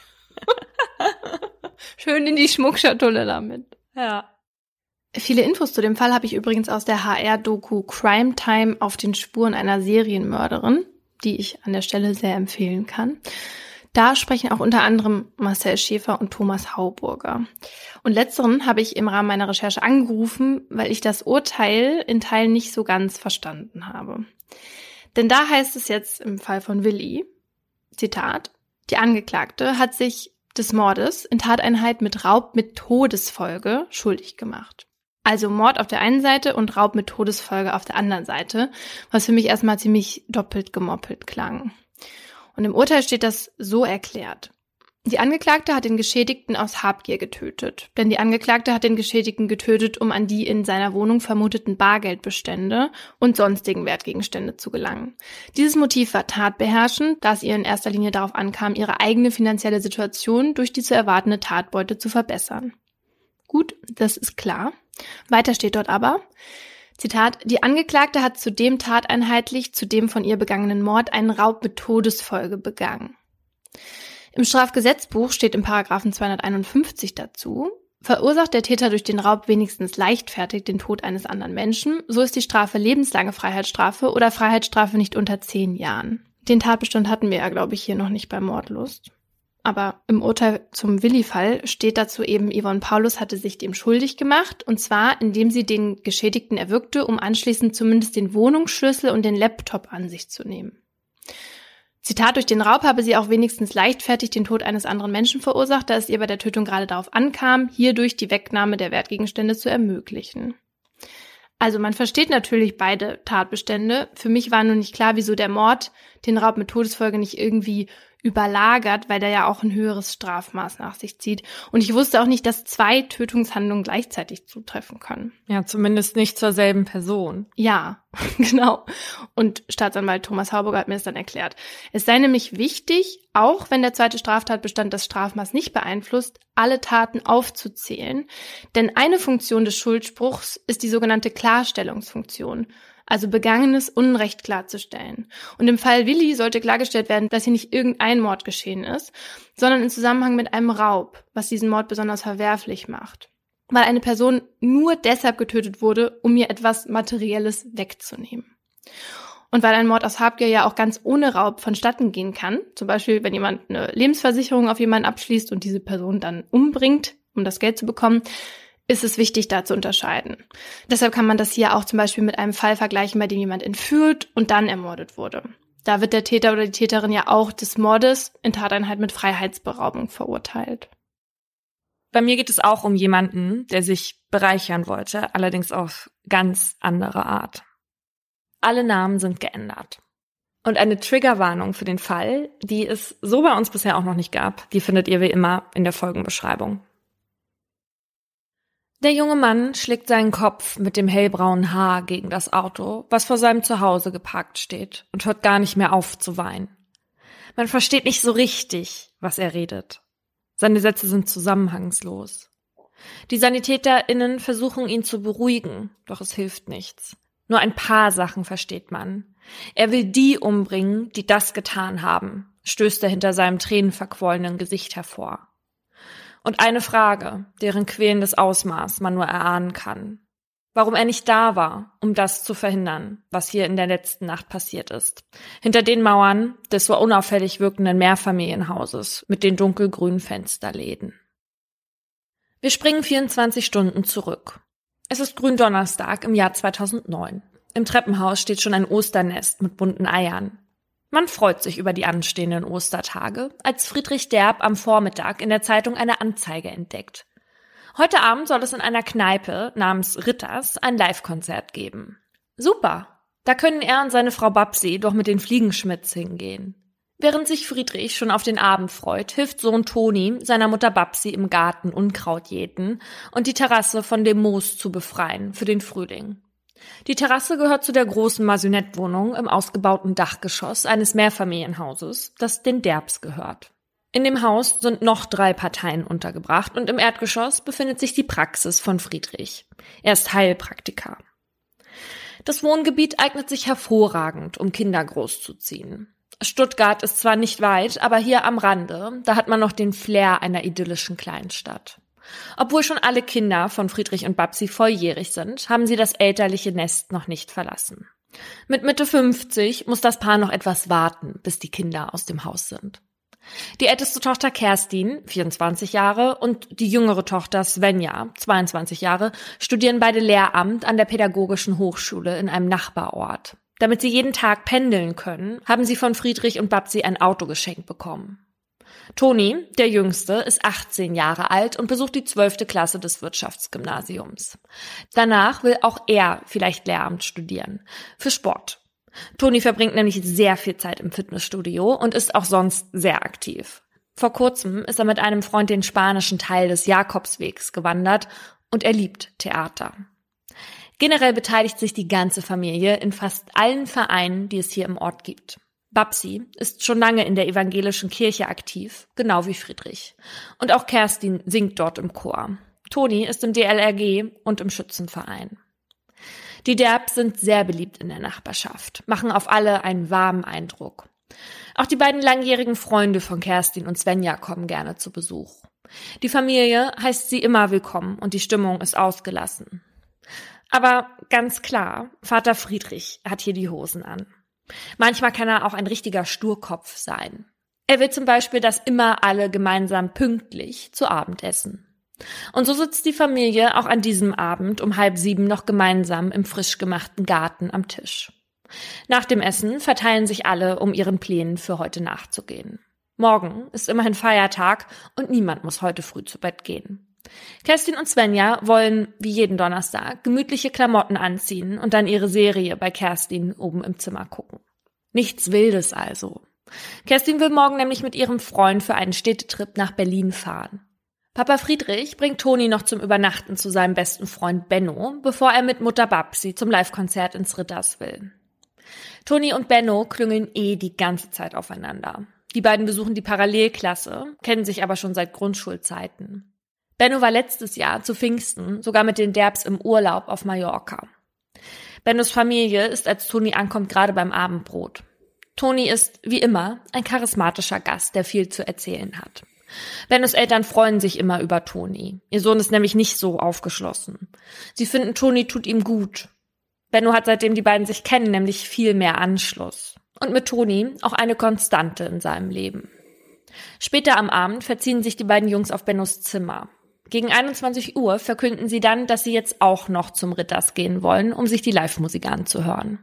Schön in die Schmuckschatulle damit. Ja. Viele Infos zu dem Fall habe ich übrigens aus der H R-Doku Crime Time auf den Spuren einer Serienmörderin, die ich an der Stelle sehr empfehlen kann. Da sprechen auch unter anderem Marcel Schäfer und Thomas Hauburger. Und letzteren habe ich im Rahmen meiner Recherche angerufen, weil ich das Urteil in Teilen nicht so ganz verstanden habe. Denn da heißt es jetzt im Fall von Willi, Zitat, die Angeklagte hat sich des Mordes in Tateinheit mit Raub mit Todesfolge schuldig gemacht. Also Mord auf der einen Seite und Raub mit Todesfolge auf der anderen Seite, was für mich erstmal ziemlich doppelt gemoppelt klang. Und im Urteil steht das so erklärt. Die Angeklagte hat den Geschädigten aus Habgier getötet, denn die Angeklagte hat den Geschädigten getötet, um an die in seiner Wohnung vermuteten Bargeldbestände und sonstigen Wertgegenstände zu gelangen. Dieses Motiv war tatbeherrschend, da es ihr in erster Linie darauf ankam, ihre eigene finanzielle Situation durch die zu erwartende Tatbeute zu verbessern. Gut, das ist klar. Weiter steht dort aber, Zitat, die Angeklagte hat zudem tateinheitlich zu dem von ihr begangenen Mord einen Raub mit Todesfolge begangen. Im Strafgesetzbuch steht im Paragraphen zweihunderteinundfünfzig dazu, verursacht der Täter durch den Raub wenigstens leichtfertig den Tod eines anderen Menschen, so ist die Strafe lebenslange Freiheitsstrafe oder Freiheitsstrafe nicht unter zehn Jahren. Den Tatbestand hatten wir ja, glaube ich, hier noch nicht bei Mordlust. Aber im Urteil zum Willi-Fall steht dazu eben, Yvonne Paulus hatte sich dem schuldig gemacht, und zwar, indem sie den Geschädigten erwürgte, um anschließend zumindest den Wohnungsschlüssel und den Laptop an sich zu nehmen. Zitat, durch den Raub habe sie auch wenigstens leichtfertig den Tod eines anderen Menschen verursacht, da es ihr bei der Tötung gerade darauf ankam, hierdurch die Wegnahme der Wertgegenstände zu ermöglichen. Also man versteht natürlich beide Tatbestände. Für mich war nur nicht klar, wieso der Mord den Raub mit Todesfolge nicht irgendwie überlagert, weil der ja auch ein höheres Strafmaß nach sich zieht. Und ich wusste auch nicht, dass zwei Tötungshandlungen gleichzeitig zutreffen können. Ja, zumindest nicht zur selben Person. Ja, genau. Und Staatsanwalt Thomas Hauburger hat mir das dann erklärt. Es sei nämlich wichtig, auch wenn der zweite Straftatbestand das Strafmaß nicht beeinflusst, alle Taten aufzuzählen. Denn eine Funktion des Schuldspruchs ist die sogenannte Klarstellungsfunktion. Also begangenes Unrecht klarzustellen. Und im Fall Willi sollte klargestellt werden, dass hier nicht irgendein Mord geschehen ist, sondern in Zusammenhang mit einem Raub, was diesen Mord besonders verwerflich macht. Weil eine Person nur deshalb getötet wurde, um ihr etwas Materielles wegzunehmen. Und weil ein Mord aus Habgier ja auch ganz ohne Raub vonstatten gehen kann, zum Beispiel wenn jemand eine Lebensversicherung auf jemanden abschließt und diese Person dann umbringt, um das Geld zu bekommen, ist es wichtig, da zu unterscheiden. Deshalb kann man das hier auch zum Beispiel mit einem Fall vergleichen, bei dem jemand entführt und dann ermordet wurde. Da wird der Täter oder die Täterin ja auch des Mordes in Tateinheit mit Freiheitsberaubung verurteilt. Bei mir geht es auch um jemanden, der sich bereichern wollte, allerdings auf ganz andere Art. Alle Namen sind geändert. Und eine Triggerwarnung für den Fall, die es so bei uns bisher auch noch nicht gab, die findet ihr wie immer in der Folgenbeschreibung. Der junge Mann schlägt seinen Kopf mit dem hellbraunen Haar gegen das Auto, was vor seinem Zuhause geparkt steht, und hört gar nicht mehr auf zu weinen. Man versteht nicht so richtig, was er redet. Seine Sätze sind zusammenhangslos. Die SanitäterInnen versuchen ihn zu beruhigen, doch es hilft nichts. Nur ein paar Sachen versteht man. Er will die umbringen, die das getan haben, stößt er hinter seinem tränenverquollenen Gesicht hervor. Und eine Frage, deren quälendes Ausmaß man nur erahnen kann. warum er nicht da war, um das zu verhindern, was hier in der letzten Nacht passiert ist. Hinter den Mauern des so unauffällig wirkenden Mehrfamilienhauses mit den dunkelgrünen Fensterläden. Wir springen vierundzwanzig Stunden zurück. Es ist Gründonnerstag im Jahr zweitausendneun. Im Treppenhaus steht schon ein Osternest mit bunten Eiern. Man freut sich über die anstehenden Ostertage, als Friedrich Derb am Vormittag in der Zeitung eine Anzeige entdeckt. Heute Abend soll es in einer Kneipe namens Ritters ein Live-Konzert geben. Super, da können er und seine Frau Babsi doch mit den Fliegenschmidts hingehen. Während sich Friedrich schon auf den Abend freut, hilft Sohn Toni seiner Mutter Babsi im Garten Unkraut jäten und die Terrasse von dem Moos zu befreien für den Frühling. Die Terrasse gehört zu der großen Maisonette-Wohnung im ausgebauten Dachgeschoss eines Mehrfamilienhauses, das den Derbs gehört. In dem Haus sind noch drei Parteien untergebracht und im Erdgeschoss befindet sich die Praxis von Friedrich. Er ist Heilpraktiker. Das Wohngebiet eignet sich hervorragend, um Kinder großzuziehen. Stuttgart ist zwar nicht weit, aber hier am Rande, da hat man noch den Flair einer idyllischen Kleinstadt. Obwohl schon alle Kinder von Friedrich und Babsi volljährig sind, haben sie das elterliche Nest noch nicht verlassen. Mit Mitte fünfzig muss das Paar noch etwas warten, bis die Kinder aus dem Haus sind. Die älteste Tochter Kerstin, vierundzwanzig Jahre, und die jüngere Tochter Svenja, zweiundzwanzig Jahre, studieren beide Lehramt an der Pädagogischen Hochschule in einem Nachbarort. Damit sie jeden Tag pendeln können, haben sie von Friedrich und Babsi ein Auto geschenkt bekommen. Toni, der Jüngste, ist achtzehn Jahre alt und besucht die zwölfte Klasse des Wirtschaftsgymnasiums. Danach will auch er vielleicht Lehramt studieren. Für Sport. Toni verbringt nämlich sehr viel Zeit im Fitnessstudio und ist auch sonst sehr aktiv. Vor kurzem ist er mit einem Freund den spanischen Teil des Jakobswegs gewandert und er liebt Theater. Generell beteiligt sich die ganze Familie in fast allen Vereinen, die es hier im Ort gibt. Babsi ist schon lange in der evangelischen Kirche aktiv, genau wie Friedrich. Und auch Kerstin singt dort im Chor. Toni ist im D L R G und im Schützenverein. Die Derbs sind sehr beliebt in der Nachbarschaft, machen auf alle einen warmen Eindruck. Auch die beiden langjährigen Freunde von Kerstin und Svenja kommen gerne zu Besuch. Die Familie heißt sie immer willkommen und die Stimmung ist ausgelassen. Aber ganz klar, Vater Friedrich hat hier die Hosen an. Manchmal kann er auch ein richtiger Sturkopf sein. Er will zum Beispiel, dass immer alle gemeinsam pünktlich zu Abend essen. Und so sitzt die Familie auch an diesem Abend um halb sieben noch gemeinsam im frisch gemachten Garten am Tisch. Nach dem Essen verteilen sich alle, um ihren Plänen für heute nachzugehen. Morgen ist immerhin Feiertag und niemand muss heute früh zu Bett gehen. Kerstin und Svenja wollen, wie jeden Donnerstag, gemütliche Klamotten anziehen und dann ihre Serie bei Kerstin oben im Zimmer gucken. Nichts Wildes also. Kerstin will morgen nämlich mit ihrem Freund für einen Städtetrip nach Berlin fahren. Papa Friedrich bringt Toni noch zum Übernachten zu seinem besten Freund Benno, bevor er mit Mutter Babsi zum Live-Konzert ins Ritters will. Toni und Benno klüngeln eh die ganze Zeit aufeinander. Die beiden besuchen die Parallelklasse, kennen sich aber schon seit Grundschulzeiten. Benno war letztes Jahr zu Pfingsten sogar mit den Derbs im Urlaub auf Mallorca. Bennos Familie ist, als Toni ankommt, gerade beim Abendbrot. Toni ist, wie immer, ein charismatischer Gast, der viel zu erzählen hat. Bennos Eltern freuen sich immer über Toni. Ihr Sohn ist nämlich nicht so aufgeschlossen. Sie finden, Toni tut ihm gut. Benno hat, seitdem die beiden sich kennen, nämlich viel mehr Anschluss. Und mit Toni auch eine Konstante in seinem Leben. Später am Abend verziehen sich die beiden Jungs auf Bennos Zimmer. Gegen einundzwanzig Uhr verkünden sie dann, dass sie jetzt auch noch zum Ritters gehen wollen, um sich die Live-Musik anzuhören.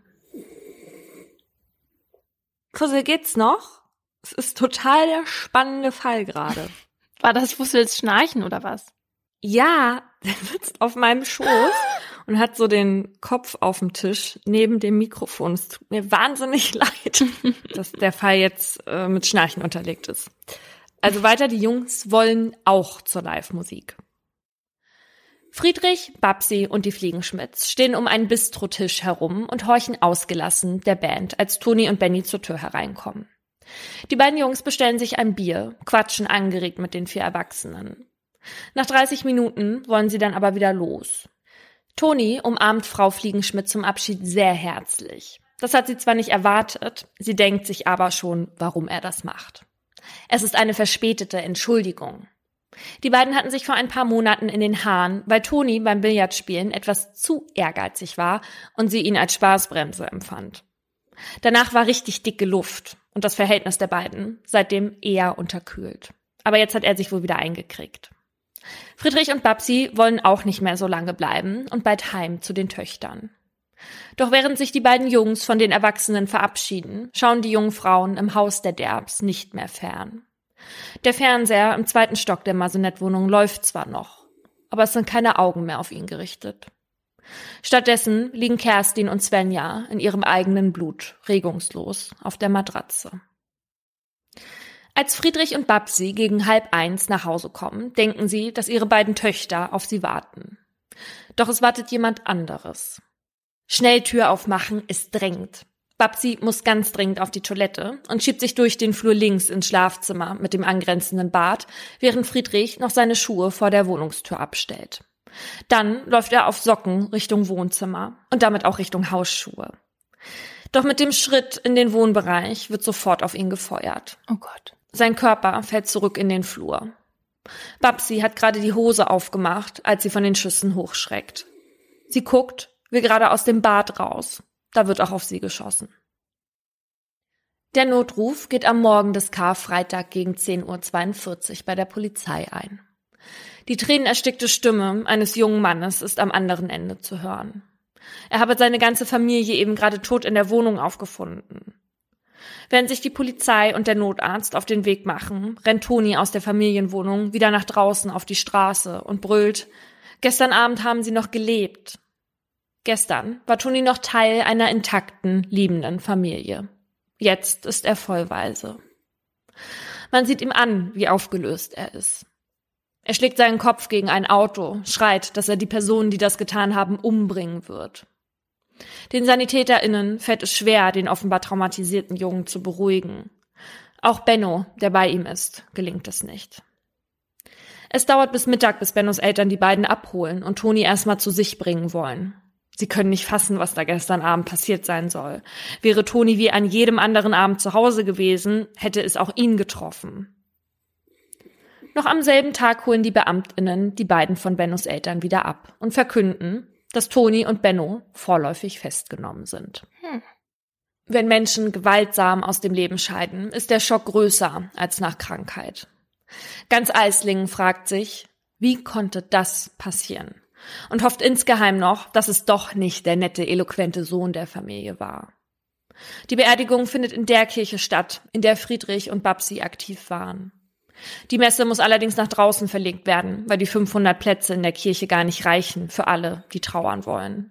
Fussel, geht's noch? Es ist total der spannende Fall gerade. War das Fussels Schnarchen oder was? Ja, der sitzt auf meinem Schoß und hat so den Kopf auf dem Tisch neben dem Mikrofon. Es tut mir wahnsinnig leid, dass der Fall jetzt äh, mit Schnarchen unterlegt ist. Also weiter, die Jungs wollen auch zur Live-Musik. Friedrich, Babsi und die Fliegenschmidts stehen um einen Bistrotisch herum und horchen ausgelassen der Band, als Toni und Benny zur Tür hereinkommen. Die beiden Jungs bestellen sich ein Bier, quatschen angeregt mit den vier Erwachsenen. Nach dreißig Minuten wollen sie dann aber wieder los. Toni umarmt Frau Fliegenschmidt zum Abschied sehr herzlich. Das hat sie zwar nicht erwartet, sie denkt sich aber schon, warum er das macht. Es ist eine verspätete Entschuldigung. Die beiden hatten sich vor ein paar Monaten in den Haaren, weil Toni beim Billardspielen etwas zu ehrgeizig war und sie ihn als Spaßbremse empfand. Danach war richtig dicke Luft und das Verhältnis der beiden seitdem eher unterkühlt. Aber jetzt hat er sich wohl wieder eingekriegt. Friedrich und Babsi wollen auch nicht mehr so lange bleiben und bald heim zu den Töchtern. Doch während sich die beiden Jungs von den Erwachsenen verabschieden, schauen die jungen Frauen im Haus der Derbs nicht mehr fern. Der Fernseher im zweiten Stock der Maisonette-Wohnung läuft zwar noch, aber es sind keine Augen mehr auf ihn gerichtet. Stattdessen liegen Kerstin und Svenja in ihrem eigenen Blut, regungslos, auf der Matratze. Als Friedrich und Babsi gegen halb eins nach Hause kommen, denken sie, dass ihre beiden Töchter auf sie warten. Doch es wartet jemand anderes. Schnell Tür aufmachen, es drängt. Babsi muss ganz dringend auf die Toilette und schiebt sich durch den Flur links ins Schlafzimmer mit dem angrenzenden Bad, während Friedrich noch seine Schuhe vor der Wohnungstür abstellt. Dann läuft er auf Socken Richtung Wohnzimmer und damit auch Richtung Hausschuhe. Doch mit dem Schritt in den Wohnbereich wird sofort auf ihn gefeuert. Oh Gott. Sein Körper fällt zurück in den Flur. Babsi hat gerade die Hose aufgemacht, als sie von den Schüssen hochschreckt. Sie guckt, will gerade aus dem Bad raus. Da wird auch auf sie geschossen. Der Notruf geht am Morgen des Karfreitag gegen zehn Uhr zweiundvierzig bei der Polizei ein. Die tränenerstickte Stimme eines jungen Mannes ist am anderen Ende zu hören. Er habe seine ganze Familie eben gerade tot in der Wohnung aufgefunden. Während sich die Polizei und der Notarzt auf den Weg machen, rennt Toni aus der Familienwohnung wieder nach draußen auf die Straße und brüllt: Gestern Abend haben sie noch gelebt. Gestern war Toni noch Teil einer intakten, liebenden Familie. Jetzt ist er vollweise. Man sieht ihm an, wie aufgelöst er ist. Er schlägt seinen Kopf gegen ein Auto, schreit, dass er die Personen, die das getan haben, umbringen wird. Den SanitäterInnen fällt es schwer, den offenbar traumatisierten Jungen zu beruhigen. Auch Benno, der bei ihm ist, gelingt es nicht. Es dauert bis Mittag, bis Bennos Eltern die beiden abholen und Toni erstmal zu sich bringen wollen. Sie können nicht fassen, was da gestern Abend passiert sein soll. Wäre Toni wie an jedem anderen Abend zu Hause gewesen, hätte es auch ihn getroffen. Noch am selben Tag holen die BeamtInnen die beiden von Bennos Eltern wieder ab und verkünden, dass Toni und Benno vorläufig festgenommen sind. Hm. Wenn Menschen gewaltsam aus dem Leben scheiden, ist der Schock größer als nach Krankheit. Ganz Eislingen fragt sich, wie konnte das passieren? Und hofft insgeheim noch, dass es doch nicht der nette, eloquente Sohn der Familie war. Die Beerdigung findet in der Kirche statt, in der Friedrich und Babsi aktiv waren. Die Messe muss allerdings nach draußen verlegt werden, weil die fünfhundert Plätze in der Kirche gar nicht reichen für alle, die trauern wollen.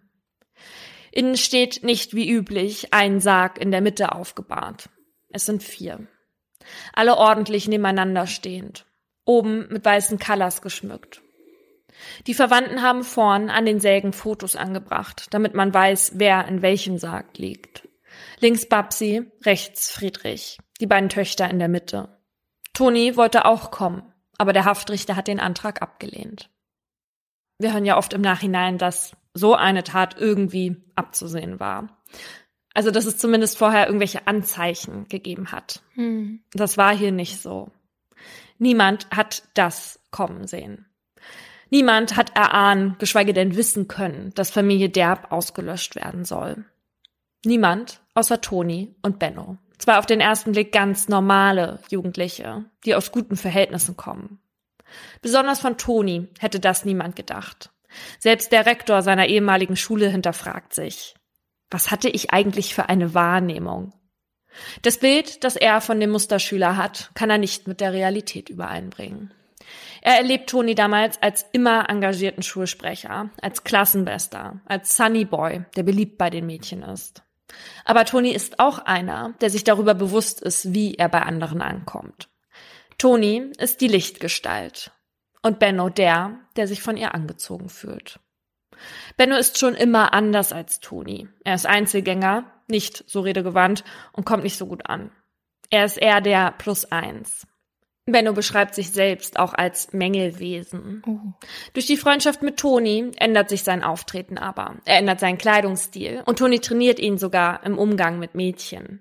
Innen steht nicht wie üblich ein Sarg in der Mitte aufgebahrt. Es sind vier. Alle ordentlich nebeneinander stehend, oben mit weißen Kallas geschmückt. Die Verwandten haben vorn an den Sägen Fotos angebracht, damit man weiß, wer in welchem Sarg liegt. Links Babsi, rechts Friedrich, die beiden Töchter in der Mitte. Toni wollte auch kommen, aber der Haftrichter hat den Antrag abgelehnt. Wir hören ja oft im Nachhinein, dass so eine Tat irgendwie abzusehen war. Also, dass es zumindest vorher irgendwelche Anzeichen gegeben hat. Hm. Das war hier nicht so. Niemand hat das kommen sehen. Niemand hat erahnen, geschweige denn wissen können, dass Familie Derb ausgelöscht werden soll. Niemand außer Toni und Benno. Zwei auf den ersten Blick ganz normale Jugendliche, die aus guten Verhältnissen kommen. Besonders von Toni hätte das niemand gedacht. Selbst der Rektor seiner ehemaligen Schule hinterfragt sich: Was hatte ich eigentlich für eine Wahrnehmung? Das Bild, das er von dem Musterschüler hat, kann er nicht mit der Realität übereinbringen. Er erlebt Toni damals als immer engagierten Schulsprecher, als Klassenbester, als Sunnyboy, der beliebt bei den Mädchen ist. Aber Toni ist auch einer, der sich darüber bewusst ist, wie er bei anderen ankommt. Toni ist die Lichtgestalt und Benno der, der sich von ihr angezogen fühlt. Benno ist schon immer anders als Toni. Er ist Einzelgänger, nicht so redegewandt und kommt nicht so gut an. Er ist eher der Plus eins. Benno beschreibt sich selbst auch als Mängelwesen. Oh. Durch die Freundschaft mit Toni ändert sich sein Auftreten aber. Er ändert seinen Kleidungsstil und Toni trainiert ihn sogar im Umgang mit Mädchen.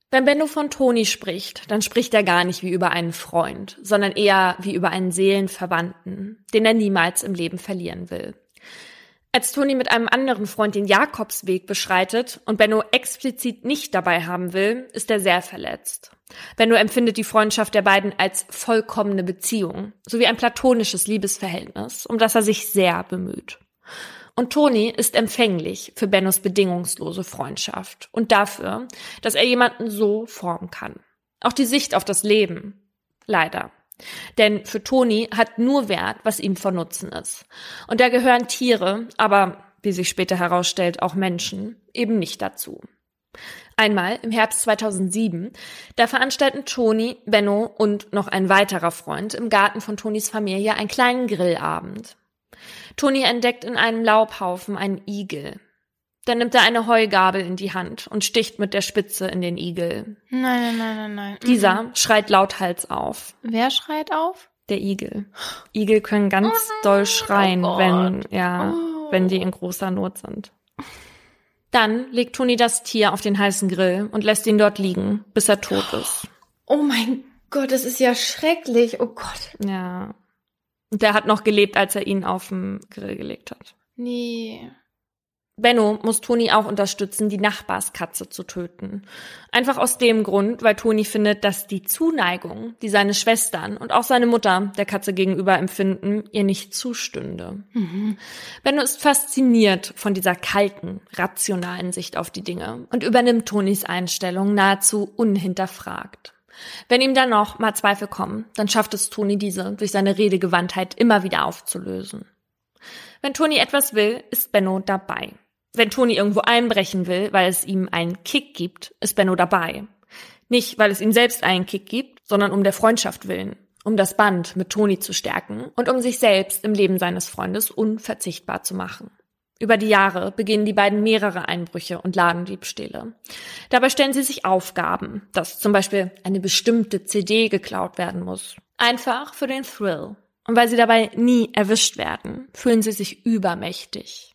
Wenn Benno von Toni spricht, dann spricht er gar nicht wie über einen Freund, sondern eher wie über einen Seelenverwandten, den er niemals im Leben verlieren will. Als Toni mit einem anderen Freund den Jakobsweg beschreitet und Benno explizit nicht dabei haben will, ist er sehr verletzt. Benno empfindet die Freundschaft der beiden als vollkommene Beziehung, sowie ein platonisches Liebesverhältnis, um das er sich sehr bemüht. Und Toni ist empfänglich für Bennos bedingungslose Freundschaft und dafür, dass er jemanden so formen kann. Auch die Sicht auf das Leben. Leider. Denn für Toni hat nur Wert, was ihm von Nutzen ist. Und da gehören Tiere, aber, wie sich später herausstellt, auch Menschen, eben nicht dazu. Einmal, im Herbst zweitausendsieben, da veranstalten Toni, Benno und noch ein weiterer Freund im Garten von Tonis Familie einen kleinen Grillabend. Toni entdeckt in einem Laubhaufen einen Igel. Dann nimmt er eine Heugabel in die Hand und sticht mit der Spitze in den Igel. Nein, nein, nein, nein, nein. Dieser mhm. schreit lauthals auf. Wer schreit auf? Der Igel. Igel können ganz oh, doll schreien, oh wenn, ja, oh. wenn die in großer Not sind. Dann legt Toni das Tier auf den heißen Grill und lässt ihn dort liegen, bis er tot ist. Oh mein Gott, das ist ja schrecklich. Oh Gott. Ja. Und der hat noch gelebt, als er ihn auf den Grill gelegt hat. Nee. Benno muss Toni auch unterstützen, die Nachbarskatze zu töten. Einfach aus dem Grund, weil Toni findet, dass die Zuneigung, die seine Schwestern und auch seine Mutter der Katze gegenüber empfinden, ihr nicht zustünde. Mhm. Benno ist fasziniert von dieser kalten, rationalen Sicht auf die Dinge und übernimmt Tonis Einstellung nahezu unhinterfragt. Wenn ihm dann noch mal Zweifel kommen, dann schafft es Toni, diese durch seine Redegewandtheit immer wieder aufzulösen. Wenn Toni etwas will, ist Benno dabei. Wenn Toni irgendwo einbrechen will, weil es ihm einen Kick gibt, ist Benno dabei. Nicht, weil es ihm selbst einen Kick gibt, sondern um der Freundschaft willen, um das Band mit Toni zu stärken und um sich selbst im Leben seines Freundes unverzichtbar zu machen. Über die Jahre beginnen die beiden mehrere Einbrüche und Ladendiebstähle. Dabei stellen sie sich Aufgaben, dass zum Beispiel eine bestimmte C D geklaut werden muss. Einfach für den Thrill. Und weil sie dabei nie erwischt werden, fühlen sie sich übermächtig.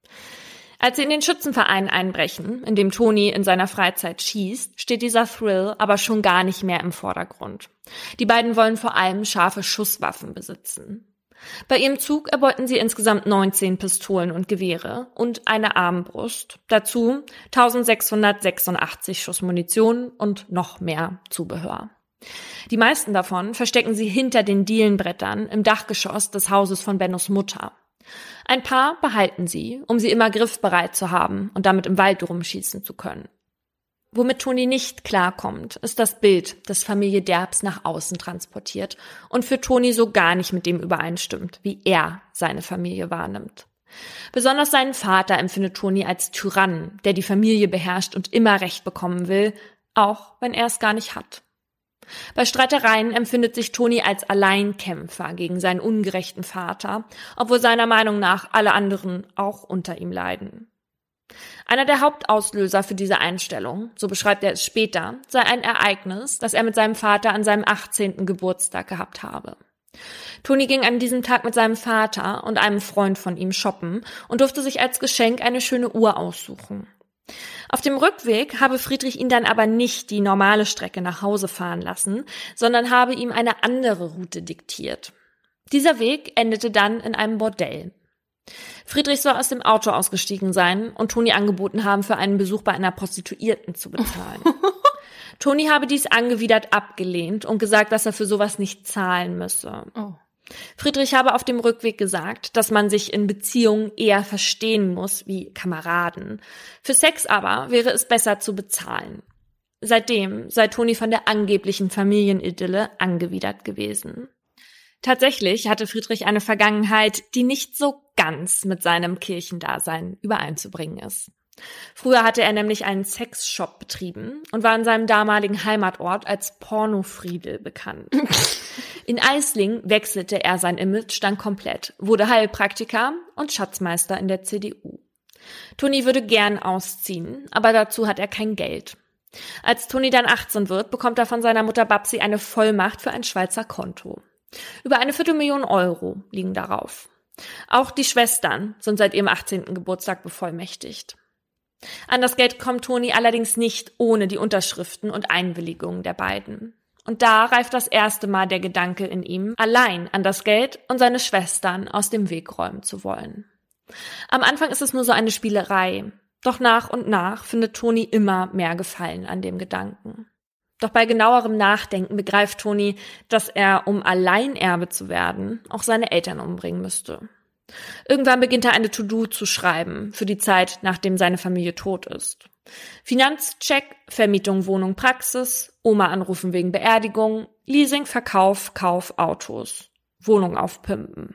Als sie in den Schützenverein einbrechen, in dem Toni in seiner Freizeit schießt, steht dieser Thrill aber schon gar nicht mehr im Vordergrund. Die beiden wollen vor allem scharfe Schusswaffen besitzen. Bei ihrem Zug erbeuten sie insgesamt neunzehn Pistolen und Gewehre und eine Armbrust. Dazu eintausendsechshundertsechsundachtzig Schuss Munition und noch mehr Zubehör. Die meisten davon verstecken sie hinter den Dielenbrettern im Dachgeschoss des Hauses von Bennos Mutter. Ein paar behalten sie, um sie immer griffbereit zu haben und damit im Wald rumschießen zu können. Womit Toni nicht klarkommt, ist das Bild, das Familie Derbs nach außen transportiert und für Toni so gar nicht mit dem übereinstimmt, wie er seine Familie wahrnimmt. Besonders seinen Vater empfindet Toni als Tyrann, der die Familie beherrscht und immer Recht bekommen will, auch wenn er es gar nicht hat. Bei Streitereien empfindet sich Toni als Alleinkämpfer gegen seinen ungerechten Vater, obwohl seiner Meinung nach alle anderen auch unter ihm leiden. Einer der Hauptauslöser für diese Einstellung, so beschreibt er es später, sei ein Ereignis, das er mit seinem Vater an seinem achtzehnten Geburtstag gehabt habe. Toni ging an diesem Tag mit seinem Vater und einem Freund von ihm shoppen und durfte sich als Geschenk eine schöne Uhr aussuchen. Auf dem Rückweg habe Friedrich ihn dann aber nicht die normale Strecke nach Hause fahren lassen, sondern habe ihm eine andere Route diktiert. Dieser Weg endete dann in einem Bordell. Friedrich soll aus dem Auto ausgestiegen sein und Toni angeboten haben, für einen Besuch bei einer Prostituierten zu bezahlen. Toni habe dies angewidert abgelehnt und gesagt, dass er für sowas nicht zahlen müsse. Oh. Friedrich habe auf dem Rückweg gesagt, dass man sich in Beziehungen eher verstehen muss wie Kameraden. Für Sex aber wäre es besser zu bezahlen. Seitdem sei Toni von der angeblichen Familienidylle angewidert gewesen. Tatsächlich hatte Friedrich eine Vergangenheit, die nicht so ganz mit seinem Kirchendasein übereinzubringen ist. Früher hatte er nämlich einen Sexshop betrieben und war in seinem damaligen Heimatort als Pornofriedel bekannt. In Eisling wechselte er sein Image dann komplett, wurde Heilpraktiker und Schatzmeister in der C D U. Toni würde gern ausziehen, aber dazu hat er kein Geld. Als Toni dann achtzehn wird, bekommt er von seiner Mutter Babsi eine Vollmacht für ein Schweizer Konto. Über eine Viertelmillion Euro liegen darauf. Auch die Schwestern sind seit ihrem achtzehnten Geburtstag bevollmächtigt. An das Geld kommt Toni allerdings nicht ohne die Unterschriften und Einwilligungen der beiden. Und da reift das erste Mal der Gedanke in ihm, allein an das Geld und seine Schwestern aus dem Weg räumen zu wollen. Am Anfang ist es nur so eine Spielerei, doch nach und nach findet Toni immer mehr Gefallen an dem Gedanken. Doch bei genauerem Nachdenken begreift Toni, dass er, um Alleinerbe zu werden, auch seine Eltern umbringen müsste. Irgendwann beginnt er eine To-Do zu schreiben für die Zeit, nachdem seine Familie tot ist. Finanzcheck, Vermietung, Wohnung, Praxis, Oma anrufen wegen Beerdigung, Leasing, Verkauf, Kauf, Autos, Wohnung aufpimpen.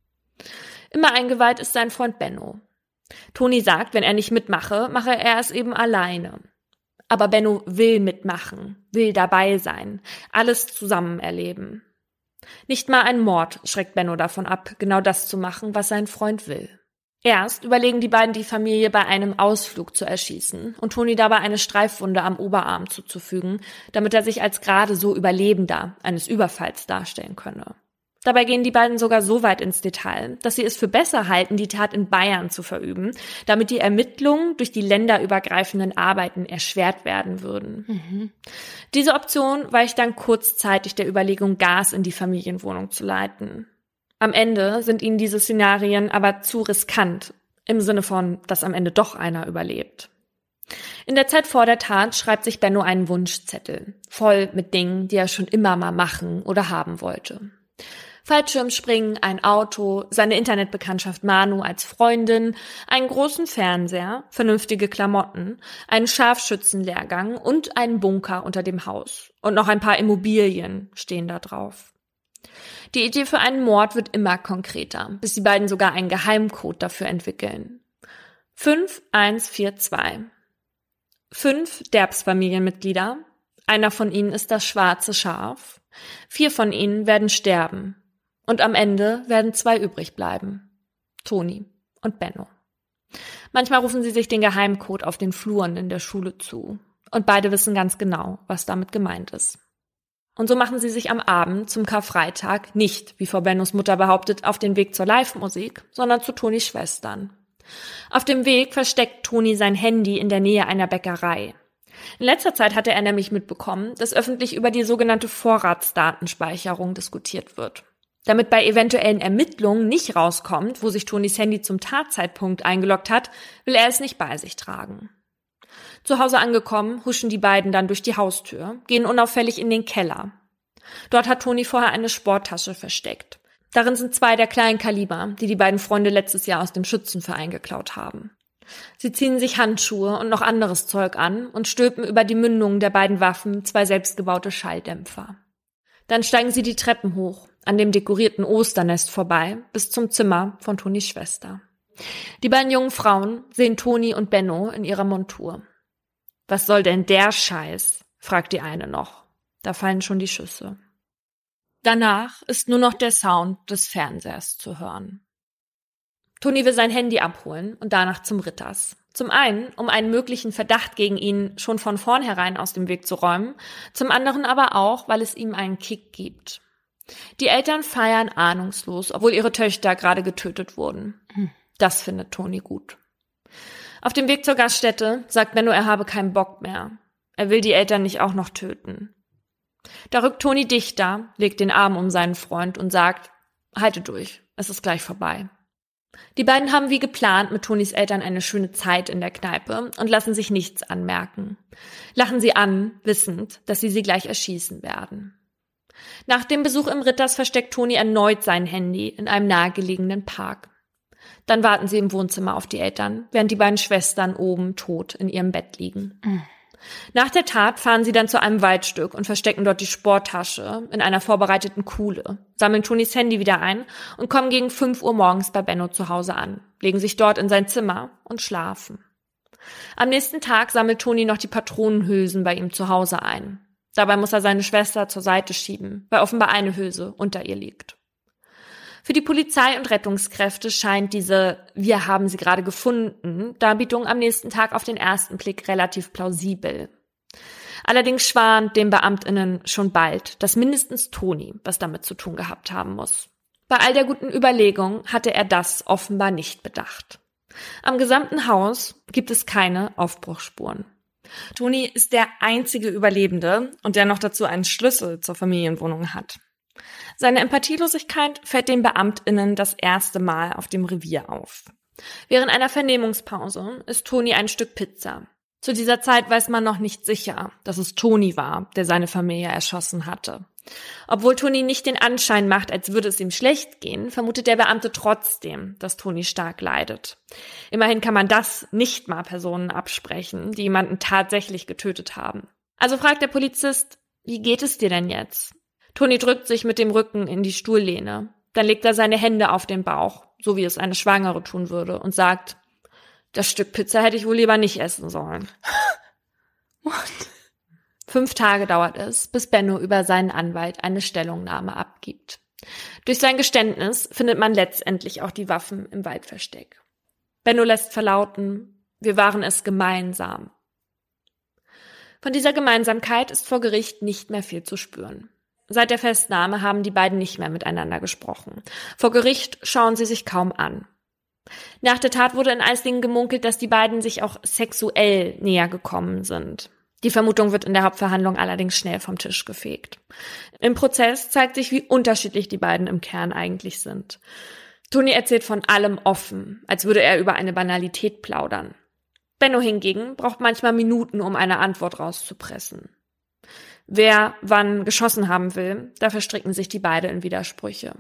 Immer eingeweiht ist sein Freund Benno. Toni sagt, wenn er nicht mitmache, mache er es eben alleine. Aber Benno will mitmachen, will dabei sein, alles zusammen erleben. Nicht mal ein Mord schreckt Benno davon ab, genau das zu machen, was sein Freund will. Erst überlegen die beiden, die Familie bei einem Ausflug zu erschießen und Toni dabei eine Streifwunde am Oberarm zuzufügen, damit er sich als gerade so Überlebender eines Überfalls darstellen könne. Dabei gehen die beiden sogar so weit ins Detail, dass sie es für besser halten, die Tat in Bayern zu verüben, damit die Ermittlungen durch die länderübergreifenden Arbeiten erschwert werden würden. Mhm. Diese Option weicht dann kurzzeitig der Überlegung, Gas in die Familienwohnung zu leiten. Am Ende sind ihnen diese Szenarien aber zu riskant, im Sinne von, dass am Ende doch einer überlebt. In der Zeit vor der Tat schreibt sich Benno einen Wunschzettel, voll mit Dingen, die er schon immer mal machen oder haben wollte. Fallschirmspringen, ein Auto, seine Internetbekanntschaft Manu als Freundin, einen großen Fernseher, vernünftige Klamotten, einen Scharfschützenlehrgang und einen Bunker unter dem Haus. Und noch ein paar Immobilien stehen da drauf. Die Idee für einen Mord wird immer konkreter, bis die beiden sogar einen Geheimcode dafür entwickeln. fünf eins vier zwei. Fünf Derbs-Familienmitglieder. Einer von ihnen ist das schwarze Schaf. Vier von ihnen werden sterben. Und am Ende werden zwei übrig bleiben. Toni und Benno. Manchmal rufen sie sich den Geheimcode auf den Fluren in der Schule zu. Und beide wissen ganz genau, was damit gemeint ist. Und so machen sie sich am Abend zum Karfreitag nicht, wie Frau Bennos Mutter behauptet, auf den Weg zur Live-Musik, sondern zu Tonis Schwestern. Auf dem Weg versteckt Toni sein Handy in der Nähe einer Bäckerei. In letzter Zeit hatte er nämlich mitbekommen, dass öffentlich über die sogenannte Vorratsdatenspeicherung diskutiert wird. Damit bei eventuellen Ermittlungen nicht rauskommt, wo sich Tonis Handy zum Tatzeitpunkt eingeloggt hat, will er es nicht bei sich tragen. Zu Hause angekommen, huschen die beiden dann durch die Haustür, gehen unauffällig in den Keller. Dort hat Toni vorher eine Sporttasche versteckt. Darin sind zwei der kleinen Kaliber, die die beiden Freunde letztes Jahr aus dem Schützenverein geklaut haben. Sie ziehen sich Handschuhe und noch anderes Zeug an und stülpen über die Mündungen der beiden Waffen zwei selbstgebaute Schalldämpfer. Dann steigen sie die Treppen hoch, an dem dekorierten Osternest vorbei, bis zum Zimmer von Tonis Schwester. Die beiden jungen Frauen sehen Toni und Benno in ihrer Montur. »Was soll denn der Scheiß?« fragt die eine noch. Da fallen schon die Schüsse. Danach ist nur noch der Sound des Fernsehers zu hören. Toni will sein Handy abholen und danach zum Ritters. Zum einen, um einen möglichen Verdacht gegen ihn schon von vornherein aus dem Weg zu räumen, zum anderen aber auch, weil es ihm einen Kick gibt. Die Eltern feiern ahnungslos, obwohl ihre Töchter gerade getötet wurden. Das findet Toni gut. Auf dem Weg zur Gaststätte sagt Benno, er habe keinen Bock mehr. Er will die Eltern nicht auch noch töten. Da rückt Toni dichter, legt den Arm um seinen Freund und sagt, halte durch, es ist gleich vorbei. Die beiden haben wie geplant mit Tonis Eltern eine schöne Zeit in der Kneipe und lassen sich nichts anmerken. Lachen sie an, wissend, dass sie sie gleich erschießen werden. Nach dem Besuch im Ritters versteckt Toni erneut sein Handy in einem nahegelegenen Park. Dann warten sie im Wohnzimmer auf die Eltern, während die beiden Schwestern oben tot in ihrem Bett liegen. Mhm. Nach der Tat fahren sie dann zu einem Waldstück und verstecken dort die Sporttasche in einer vorbereiteten Kuhle, sammeln Tonis Handy wieder ein und kommen gegen fünf Uhr morgens bei Benno zu Hause an, legen sich dort in sein Zimmer und schlafen. Am nächsten Tag sammelt Toni noch die Patronenhülsen bei ihm zu Hause ein. Dabei muss er seine Schwester zur Seite schieben, weil offenbar eine Hülse unter ihr liegt. Für die Polizei und Rettungskräfte scheint diese „Wir haben sie gerade gefunden" Darbietung am nächsten Tag auf den ersten Blick relativ plausibel. Allerdings schwant den BeamtInnen schon bald, dass mindestens Toni was damit zu tun gehabt haben muss. Bei all der guten Überlegung hatte er das offenbar nicht bedacht. Am gesamten Haus gibt es keine Aufbruchsspuren. Toni ist der einzige Überlebende und der noch dazu einen Schlüssel zur Familienwohnung hat. Seine Empathielosigkeit fällt den BeamtInnen das erste Mal auf dem Revier auf. Während einer Vernehmungspause isst Toni ein Stück Pizza. Zu dieser Zeit weiß man noch nicht sicher, dass es Toni war, der seine Familie erschossen hatte. Obwohl Toni nicht den Anschein macht, als würde es ihm schlecht gehen, vermutet der Beamte trotzdem, dass Toni stark leidet. Immerhin kann man das nicht mal Personen absprechen, die jemanden tatsächlich getötet haben. Also fragt der Polizist, wie geht es dir denn jetzt? Toni drückt sich mit dem Rücken in die Stuhllehne. Dann legt er seine Hände auf den Bauch, so wie es eine Schwangere tun würde, und sagt, das Stück Pizza hätte ich wohl lieber nicht essen sollen. What? Fünf Tage dauert es, bis Benno über seinen Anwalt eine Stellungnahme abgibt. Durch sein Geständnis findet man letztendlich auch die Waffen im Waldversteck. Benno lässt verlauten, wir waren es gemeinsam. Von dieser Gemeinsamkeit ist vor Gericht nicht mehr viel zu spüren. Seit der Festnahme haben die beiden nicht mehr miteinander gesprochen. Vor Gericht schauen sie sich kaum an. Nach der Tat wurde in Eislingen gemunkelt, dass die beiden sich auch sexuell näher gekommen sind. Die Vermutung wird in der Hauptverhandlung allerdings schnell vom Tisch gefegt. Im Prozess zeigt sich, wie unterschiedlich die beiden im Kern eigentlich sind. Toni erzählt von allem offen, als würde er über eine Banalität plaudern. Benno hingegen braucht manchmal Minuten, um eine Antwort rauszupressen. Wer wann geschossen haben will, da verstricken sich die beiden in Widersprüche.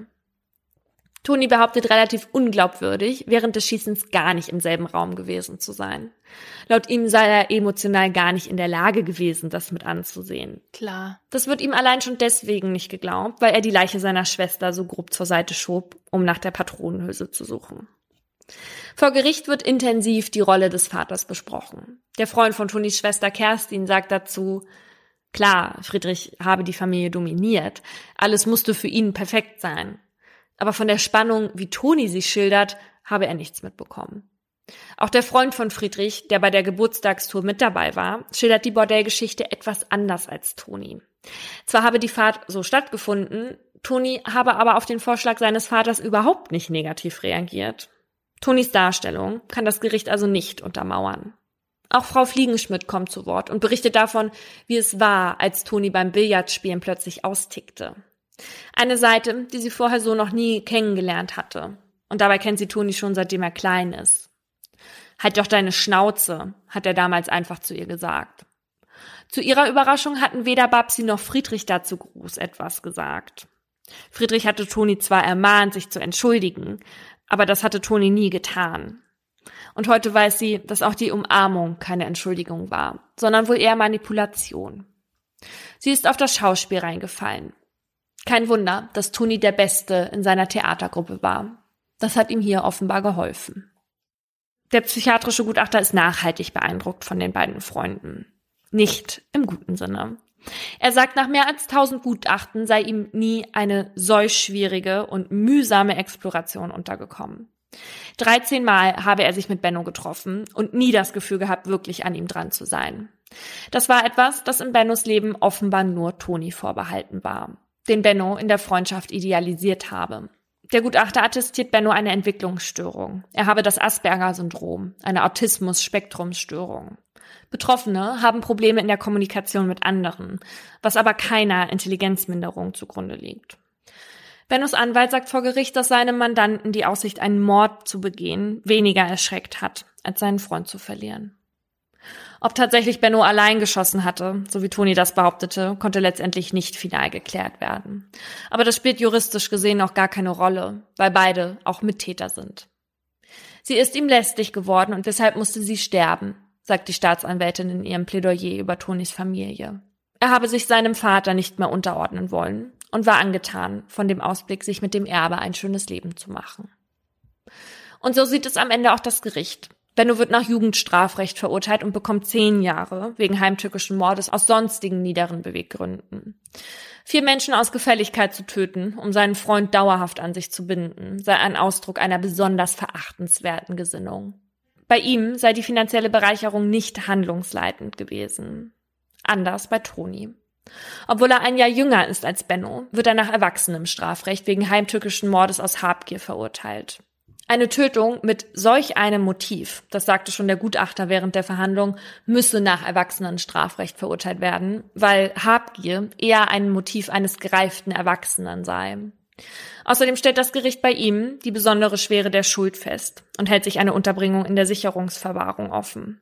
Toni behauptet relativ unglaubwürdig, während des Schießens gar nicht im selben Raum gewesen zu sein. Laut ihm sei er emotional gar nicht in der Lage gewesen, das mit anzusehen. Klar. Das wird ihm allein schon deswegen nicht geglaubt, weil er die Leiche seiner Schwester so grob zur Seite schob, um nach der Patronenhülse zu suchen. Vor Gericht wird intensiv die Rolle des Vaters besprochen. Der Freund von Tonis Schwester Kerstin sagt dazu, klar, Friedrich habe die Familie dominiert, alles musste für ihn perfekt sein. Aber von der Spannung, wie Toni sie schildert, habe er nichts mitbekommen. Auch der Freund von Friedrich, der bei der Geburtstagstour mit dabei war, schildert die Bordellgeschichte etwas anders als Toni. Zwar habe die Fahrt so stattgefunden, Toni habe aber auf den Vorschlag seines Vaters überhaupt nicht negativ reagiert. Tonis Darstellung kann das Gericht also nicht untermauern. Auch Frau Fliegenschmidt kommt zu Wort und berichtet davon, wie es war, als Toni beim Billardspielen plötzlich austickte. Eine Seite, die sie vorher so noch nie kennengelernt hatte. Und dabei kennt sie Toni schon, seitdem er klein ist. Halt doch deine Schnauze, hat er damals einfach zu ihr gesagt. Zu ihrer Überraschung hatten weder Babsi noch Friedrich dazu groß etwas gesagt. Friedrich hatte Toni zwar ermahnt, sich zu entschuldigen, aber das hatte Toni nie getan. Und heute weiß sie, dass auch die Umarmung keine Entschuldigung war, sondern wohl eher Manipulation. Sie ist auf das Schauspiel reingefallen. Kein Wunder, dass Toni der Beste in seiner Theatergruppe war. Das hat ihm hier offenbar geholfen. Der psychiatrische Gutachter ist nachhaltig beeindruckt von den beiden Freunden. Nicht im guten Sinne. Er sagt, nach mehr als tausend Gutachten sei ihm nie eine solch schwierige und mühsame Exploration untergekommen. dreizehn Mal habe er sich mit Benno getroffen und nie das Gefühl gehabt, wirklich an ihm dran zu sein. Das war etwas, das in Bennos Leben offenbar nur Toni vorbehalten war, den Benno in der Freundschaft idealisiert habe. Der Gutachter attestiert Benno eine Entwicklungsstörung. Er habe das Asperger-Syndrom, eine Autismus-Spektrumsstörung. Betroffene haben Probleme in der Kommunikation mit anderen, was aber keiner Intelligenzminderung zugrunde liegt. Bennos Anwalt sagt vor Gericht, dass seinem Mandanten die Aussicht, einen Mord zu begehen, weniger erschreckt hat, als seinen Freund zu verlieren. Ob tatsächlich Benno allein geschossen hatte, so wie Toni das behauptete, konnte letztendlich nicht final geklärt werden. Aber das spielt juristisch gesehen auch gar keine Rolle, weil beide auch Mittäter sind. Sie ist ihm lästig geworden und deshalb musste sie sterben, sagt die Staatsanwältin in ihrem Plädoyer über Tonis Familie. Er habe sich seinem Vater nicht mehr unterordnen wollen und war angetan von dem Ausblick, sich mit dem Erbe ein schönes Leben zu machen. Und so sieht es am Ende auch das Gericht. Benno wird nach Jugendstrafrecht verurteilt und bekommt zehn Jahre wegen heimtückischen Mordes aus sonstigen niederen Beweggründen. Vier Menschen aus Gefälligkeit zu töten, um seinen Freund dauerhaft an sich zu binden, sei ein Ausdruck einer besonders verachtenswerten Gesinnung. Bei ihm sei die finanzielle Bereicherung nicht handlungsleitend gewesen. Anders bei Toni. Obwohl er ein Jahr jünger ist als Benno, wird er nach erwachsenem Strafrecht wegen heimtückischen Mordes aus Habgier verurteilt. Eine Tötung mit solch einem Motiv, das sagte schon der Gutachter während der Verhandlung, müsse nach Erwachsenenstrafrecht verurteilt werden, weil Habgier eher ein Motiv eines gereiften Erwachsenen sei. Außerdem stellt das Gericht bei ihm die besondere Schwere der Schuld fest und hält sich eine Unterbringung in der Sicherungsverwahrung offen.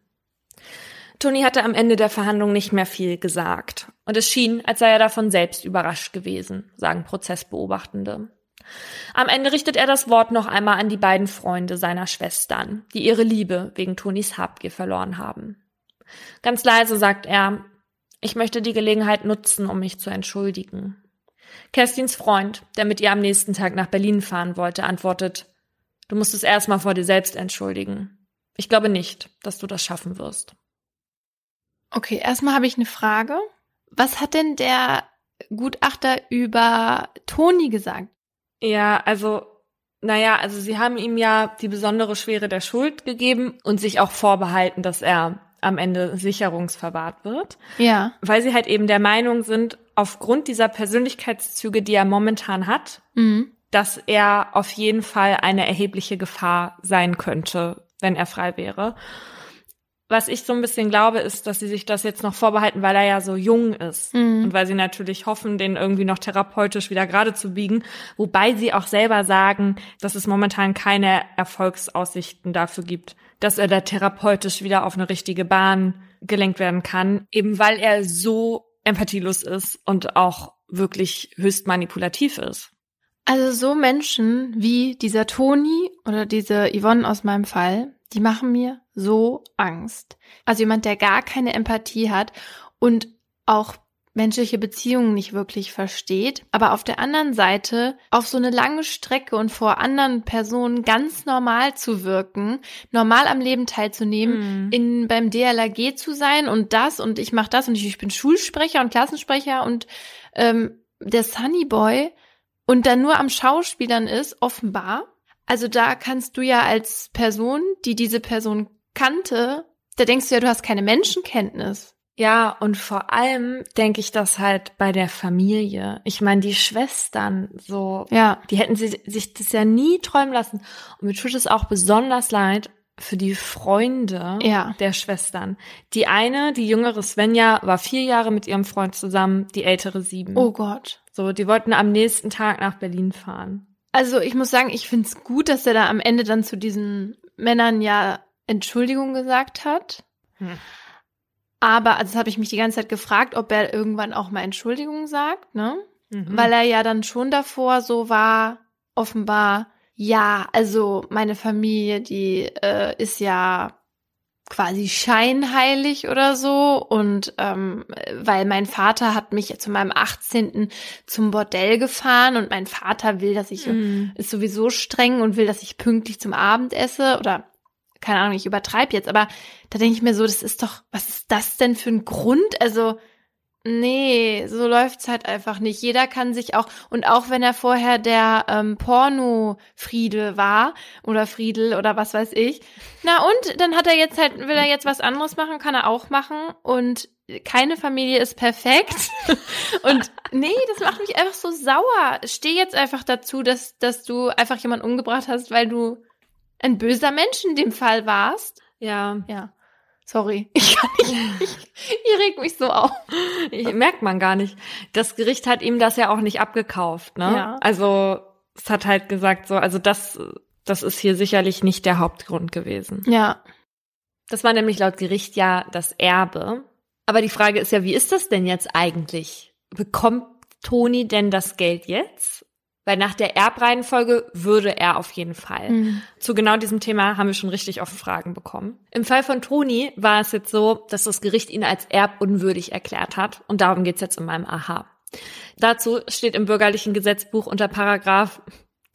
Toni hatte am Ende der Verhandlung nicht mehr viel gesagt und es schien, als sei er davon selbst überrascht gewesen, sagen Prozessbeobachtende. Am Ende richtet er das Wort noch einmal an die beiden Freunde seiner Schwestern, die ihre Liebe wegen Tonis Habgier verloren haben. Ganz leise sagt er, ich möchte die Gelegenheit nutzen, um mich zu entschuldigen. Kerstins Freund, der mit ihr am nächsten Tag nach Berlin fahren wollte, antwortet, du musst es erstmal vor dir selbst entschuldigen. Ich glaube nicht, dass du das schaffen wirst. Okay, erstmal habe ich eine Frage. Was hat denn der Gutachter über Toni gesagt? Ja, also, naja, also sie haben ihm ja die besondere Schwere der Schuld gegeben und sich auch vorbehalten, dass er am Ende sicherungsverwahrt wird. Ja. Weil sie halt eben der Meinung sind, aufgrund dieser Persönlichkeitszüge, die er momentan hat, Mhm. dass er auf jeden Fall eine erhebliche Gefahr sein könnte, wenn er frei wäre. Was ich so ein bisschen glaube, ist, dass sie sich das jetzt noch vorbehalten, weil er ja so jung ist. Mhm. Und weil sie natürlich hoffen, den irgendwie noch therapeutisch wieder gerade zu biegen. Wobei sie auch selber sagen, dass es momentan keine Erfolgsaussichten dafür gibt, dass er da therapeutisch wieder auf eine richtige Bahn gelenkt werden kann. Eben weil er so empathielos ist und auch wirklich höchst manipulativ ist. Also so Menschen wie dieser Toni oder diese Yvonne aus meinem Fall, die machen mir so Angst. Also jemand, der gar keine Empathie hat und auch menschliche Beziehungen nicht wirklich versteht, aber auf der anderen Seite auf so eine lange Strecke und vor anderen Personen ganz normal zu wirken, normal am Leben teilzunehmen, Mhm. in beim D L R G zu sein und das und ich mache das und ich, ich bin Schulsprecher und Klassensprecher und ähm, der Sunny Boy und dann nur am Schauspielern ist, offenbar. Also da kannst du ja als Person, die diese Person kannte, da denkst du ja, du hast keine Menschenkenntnis. Ja, und vor allem denke ich das halt bei der Familie. Ich meine, die Schwestern, so, Ja. die hätten sie, sich das ja nie träumen lassen. Und mir tut es auch besonders leid für die Freunde Ja. der Schwestern. Die eine, die jüngere Svenja, war vier Jahre mit ihrem Freund zusammen, die ältere sieben. Oh Gott. So, die wollten am nächsten Tag nach Berlin fahren. Also ich muss sagen, ich find's gut, dass er da am Ende dann zu diesen Männern ja Entschuldigung gesagt hat. Hm. Aber, also das habe ich mich die ganze Zeit gefragt, ob er irgendwann auch mal Entschuldigung sagt, ne? Mhm. Weil er ja dann schon davor so war, offenbar, ja, also meine Familie, die äh, ist ja quasi scheinheilig oder so und ähm, weil mein Vater hat mich zu meinem achtzehnten zum Bordell gefahren und mein Vater will, dass ich, Mhm. ist sowieso streng und will, dass ich pünktlich zum Abend esse oder keine Ahnung, ich übertreibe jetzt, aber da denke ich mir so, das ist doch, was ist das denn für ein Grund? Also nee, so läuft's halt einfach nicht. Jeder kann sich auch, und auch wenn er vorher der ähm, Porno-Friede war oder Friedel oder was weiß ich, na und, dann hat er jetzt halt, will er jetzt was anderes machen, kann er auch machen und keine Familie ist perfekt und nee, das macht mich einfach so sauer. Steh jetzt einfach dazu, dass, dass du einfach jemanden umgebracht hast, weil du ein böser Mensch in dem Fall warst. Ja. Ja. Sorry. Ich kann nicht, ich, ihr regt mich so auf. Ich, merkt man gar nicht. Das Gericht hat ihm das ja auch nicht abgekauft, ne? Ja. Also es hat halt gesagt so, also das, das ist hier sicherlich nicht der Hauptgrund gewesen. Ja. Das war nämlich laut Gericht ja das Erbe. Aber die Frage ist ja, wie ist das denn jetzt eigentlich? Bekommt Toni denn das Geld jetzt? Weil nach der Erbreihenfolge würde er auf jeden Fall. Mhm. Zu genau diesem Thema haben wir schon richtig oft Fragen bekommen. Im Fall von Toni war es jetzt so, dass das Gericht ihn als erbunwürdig erklärt hat. Und darum geht's jetzt in meinem Aha. Dazu steht im bürgerlichen Gesetzbuch unter Paragraph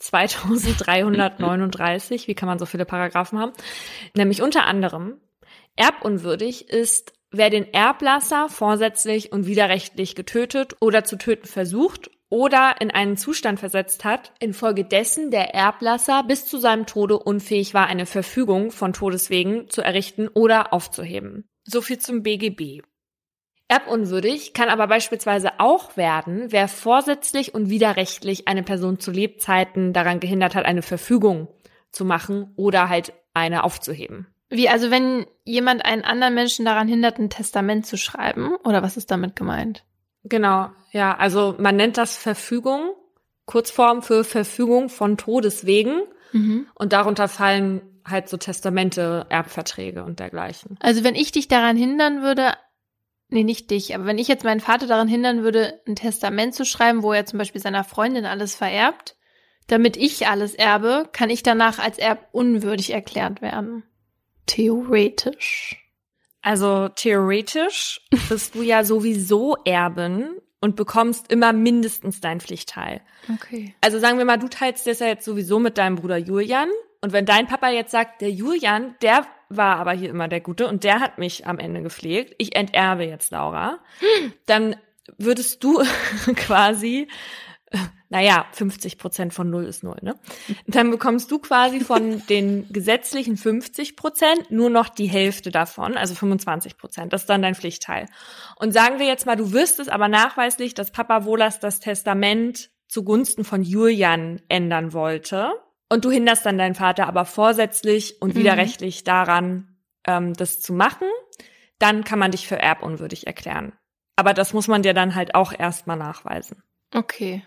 zweitausenddreihundertneununddreißig, wie kann man so viele Paragraphen haben, nämlich unter anderem, erbunwürdig ist, wer den Erblasser vorsätzlich und widerrechtlich getötet oder zu töten versucht oder in einen Zustand versetzt hat, infolgedessen der Erblasser bis zu seinem Tode unfähig war, eine Verfügung von Todeswegen zu errichten oder aufzuheben. So viel zum B G B. Erbunwürdig kann aber beispielsweise auch werden, wer vorsätzlich und widerrechtlich eine Person zu Lebzeiten daran gehindert hat, eine Verfügung zu machen oder halt eine aufzuheben. Wie, also wenn jemand einen anderen Menschen daran hindert, ein Testament zu schreiben? Oder was ist damit gemeint? Genau, ja, also man nennt das Verfügung, Kurzform für Verfügung von Todeswegen. Mhm. Und darunter fallen halt so Testamente, Erbverträge und dergleichen. Also wenn ich dich daran hindern würde, nee, nicht dich, aber wenn ich jetzt meinen Vater daran hindern würde, ein Testament zu schreiben, wo er zum Beispiel seiner Freundin alles vererbt, damit ich alles erbe, kann ich danach als erbunwürdig erklärt werden. Theoretisch. Also theoretisch bist du ja sowieso Erbin und bekommst immer mindestens deinen Pflichtteil. Okay. Also sagen wir mal, du teilst das ja jetzt sowieso mit deinem Bruder Julian. Und wenn dein Papa jetzt sagt, der Julian, der war aber hier immer der Gute und der hat mich am Ende gepflegt, ich enterbe jetzt Laura, hm. dann würdest du quasi, naja, fünfzig Prozent von null ist null, ne? Dann bekommst du quasi von den gesetzlichen fünfzig Prozent nur noch die Hälfte davon, also fünfundzwanzig Prozent. Das ist dann dein Pflichtteil. Und sagen wir jetzt mal, du wüsstest aber nachweislich, dass Papa Wohlers das Testament zugunsten von Julian ändern wollte. Und du hinderst dann deinen Vater aber vorsätzlich und widerrechtlich daran, ähm, das zu machen, dann kann man dich für erbunwürdig erklären. Aber das muss man dir dann halt auch erstmal nachweisen. Okay.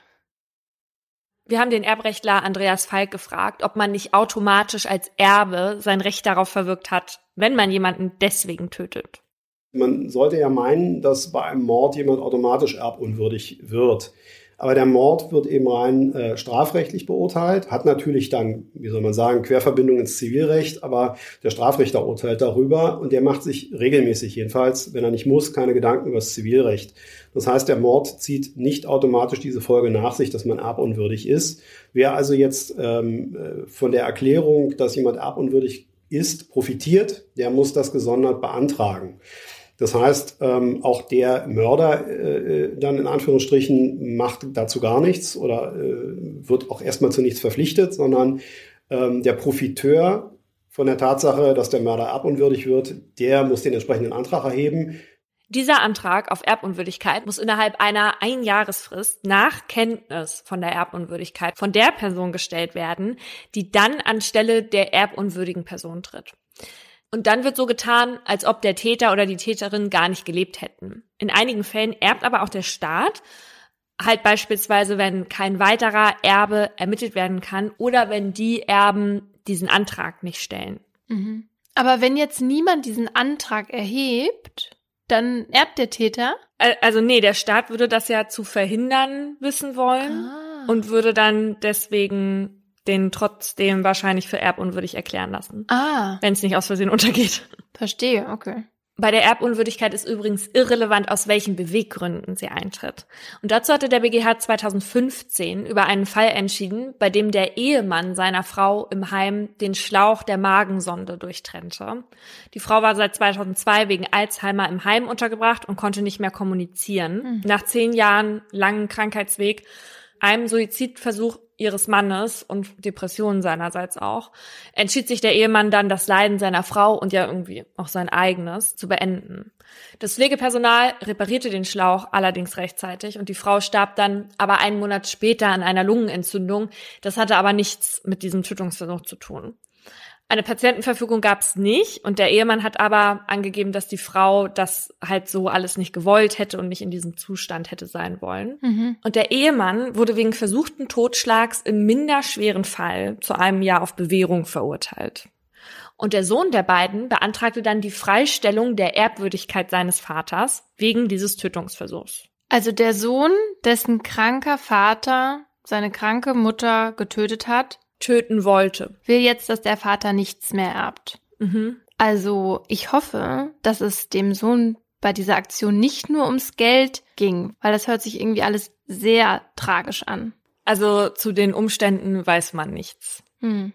Wir haben den Erbrechtler Andreas Falk gefragt, ob man nicht automatisch als Erbe sein Recht darauf verwirkt hat, wenn man jemanden deswegen tötet. Man sollte ja meinen, dass bei einem Mord jemand automatisch erbunwürdig wird. Aber der Mord wird eben rein äh, strafrechtlich beurteilt, hat natürlich dann, wie soll man sagen, Querverbindung ins Zivilrecht, aber der Strafrichter urteilt darüber und der macht sich regelmäßig jedenfalls, wenn er nicht muss, keine Gedanken über das Zivilrecht. Das heißt, der Mord zieht nicht automatisch diese Folge nach sich, dass man erbunwürdig ist. Wer also jetzt ähm, von der Erklärung, dass jemand erbunwürdig ist, profitiert, der muss das gesondert beantragen. Das heißt, ähm, auch der Mörder äh, dann in Anführungsstrichen macht dazu gar nichts oder äh, wird auch erstmal zu nichts verpflichtet, sondern ähm, der Profiteur von der Tatsache, dass der Mörder erbunwürdig wird, der muss den entsprechenden Antrag erheben. Dieser Antrag auf Erbunwürdigkeit muss innerhalb einer Einjahresfrist nach Kenntnis von der Erbunwürdigkeit von der Person gestellt werden, die dann anstelle der erbunwürdigen Person tritt. Und dann wird so getan, als ob der Täter oder die Täterin gar nicht gelebt hätten. In einigen Fällen erbt aber auch der Staat, halt beispielsweise, wenn kein weiterer Erbe ermittelt werden kann oder wenn die Erben diesen Antrag nicht stellen. Mhm. Aber wenn jetzt niemand diesen Antrag erhebt, dann erbt der Täter? Also nee, der Staat würde das ja zu verhindern wissen wollen ah. und würde dann deswegen den trotzdem wahrscheinlich für erbunwürdig erklären lassen. Ah. Wenn es nicht aus Versehen untergeht. Verstehe, okay. Bei der Erbunwürdigkeit ist übrigens irrelevant, aus welchen Beweggründen sie eintritt. Und dazu hatte der B G H zweitausendfünfzehn über einen Fall entschieden, bei dem der Ehemann seiner Frau im Heim den Schlauch der Magensonde durchtrennte. Die Frau war seit zweitausendzwei wegen Alzheimer im Heim untergebracht und konnte nicht mehr kommunizieren. Mhm. Nach zehn Jahren langen Krankheitsweg, einem Suizidversuch ihres Mannes und Depressionen seinerseits auch, entschied sich der Ehemann dann, das Leiden seiner Frau und ja irgendwie auch sein eigenes zu beenden. Das Pflegepersonal reparierte den Schlauch allerdings rechtzeitig und die Frau starb dann aber einen Monat später an einer Lungenentzündung. Das hatte aber nichts mit diesem Tötungsversuch zu tun. Eine Patientenverfügung gab es nicht und der Ehemann hat aber angegeben, dass die Frau das halt so alles nicht gewollt hätte und nicht in diesem Zustand hätte sein wollen. Mhm. Und der Ehemann wurde wegen versuchten Totschlags im minderschweren Fall zu einem Jahr auf Bewährung verurteilt. Und der Sohn der beiden beantragte dann die Freistellung der Erbwürdigkeit seines Vaters wegen dieses Tötungsversuchs. Also der Sohn, dessen kranker Vater seine kranke Mutter getötet hat, töten wollte, will jetzt, dass der Vater nichts mehr erbt. Mhm. Also ich hoffe, dass es dem Sohn bei dieser Aktion nicht nur ums Geld ging, weil das hört sich irgendwie alles sehr tragisch an. Also zu den Umständen weiß man nichts. Hm.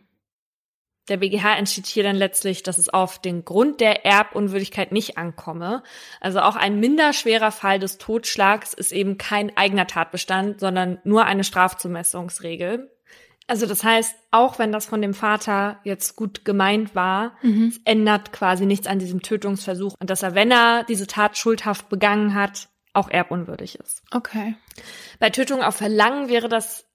Der B G H entschied hier dann letztlich, dass es auf den Grund der Erbunwürdigkeit nicht ankomme. Also auch ein minderschwerer Fall des Totschlags ist eben kein eigener Tatbestand, sondern nur eine Strafzumessungsregel. Also das heißt, auch wenn das von dem Vater jetzt gut gemeint war, mhm. es ändert quasi nichts an diesem Tötungsversuch und dass er, wenn er diese Tat schuldhaft begangen hat, auch erbunwürdig ist. Okay. Bei Tötung auf Verlangen wäre das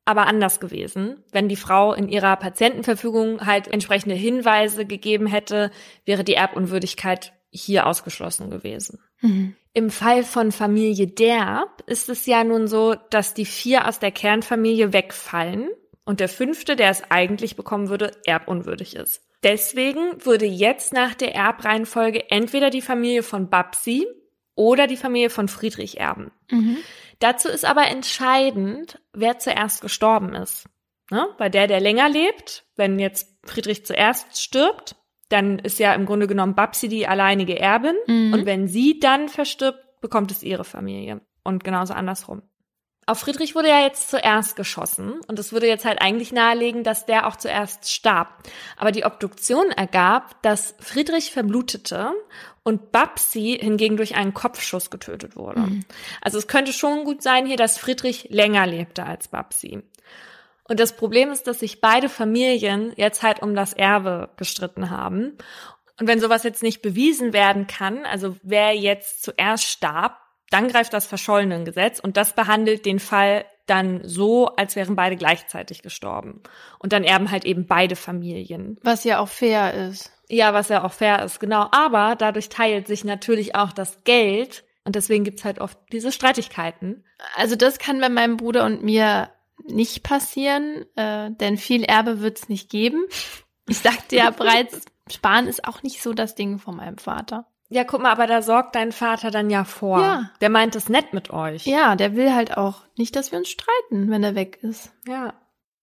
aber anders gewesen. Wenn die Frau in ihrer Patientenverfügung halt entsprechende Hinweise gegeben hätte, wäre die Erbunwürdigkeit hier ausgeschlossen gewesen. Mhm. Im Fall von Familie Derb ist es ja nun so, dass die vier aus der Kernfamilie wegfallen und der fünfte, der es eigentlich bekommen würde, erbunwürdig ist. Deswegen würde jetzt nach der Erbreihenfolge entweder die Familie von Babsi oder die Familie von Friedrich erben. Mhm. Dazu ist aber entscheidend, wer zuerst gestorben ist. Ne? Bei der, der länger lebt, wenn jetzt Friedrich zuerst stirbt, dann ist ja im Grunde genommen Babsi die alleinige Erbin. Mhm. Und wenn sie dann verstirbt, bekommt es ihre Familie. Und genauso andersrum. Auf Friedrich wurde ja jetzt zuerst geschossen. Und es würde jetzt halt eigentlich nahelegen, dass der auch zuerst starb. Aber die Obduktion ergab, dass Friedrich verblutete und Babsi hingegen durch einen Kopfschuss getötet wurde. Mhm. Also es könnte schon gut sein hier, dass Friedrich länger lebte als Babsi. Und das Problem ist, dass sich beide Familien jetzt halt um das Erbe gestritten haben. Und wenn sowas jetzt nicht bewiesen werden kann, also wer jetzt zuerst starb, dann greift das Verschollenengesetz und das behandelt den Fall dann so, als wären beide gleichzeitig gestorben. Und dann erben halt eben beide Familien. Was ja auch fair ist. Ja, was ja auch fair ist, genau. Aber dadurch teilt sich natürlich auch das Geld und deswegen gibt's halt oft diese Streitigkeiten. Also das kann bei meinem Bruder und mir nicht passieren, äh, denn viel Erbe wird's nicht geben. Ich sagte ja bereits, Sparen ist auch nicht so das Ding von meinem Vater. Ja, guck mal, aber da sorgt dein Vater dann ja vor. Ja. Der meint es nett mit euch. Ja, der will halt auch nicht, dass wir uns streiten, wenn er weg ist. Ja.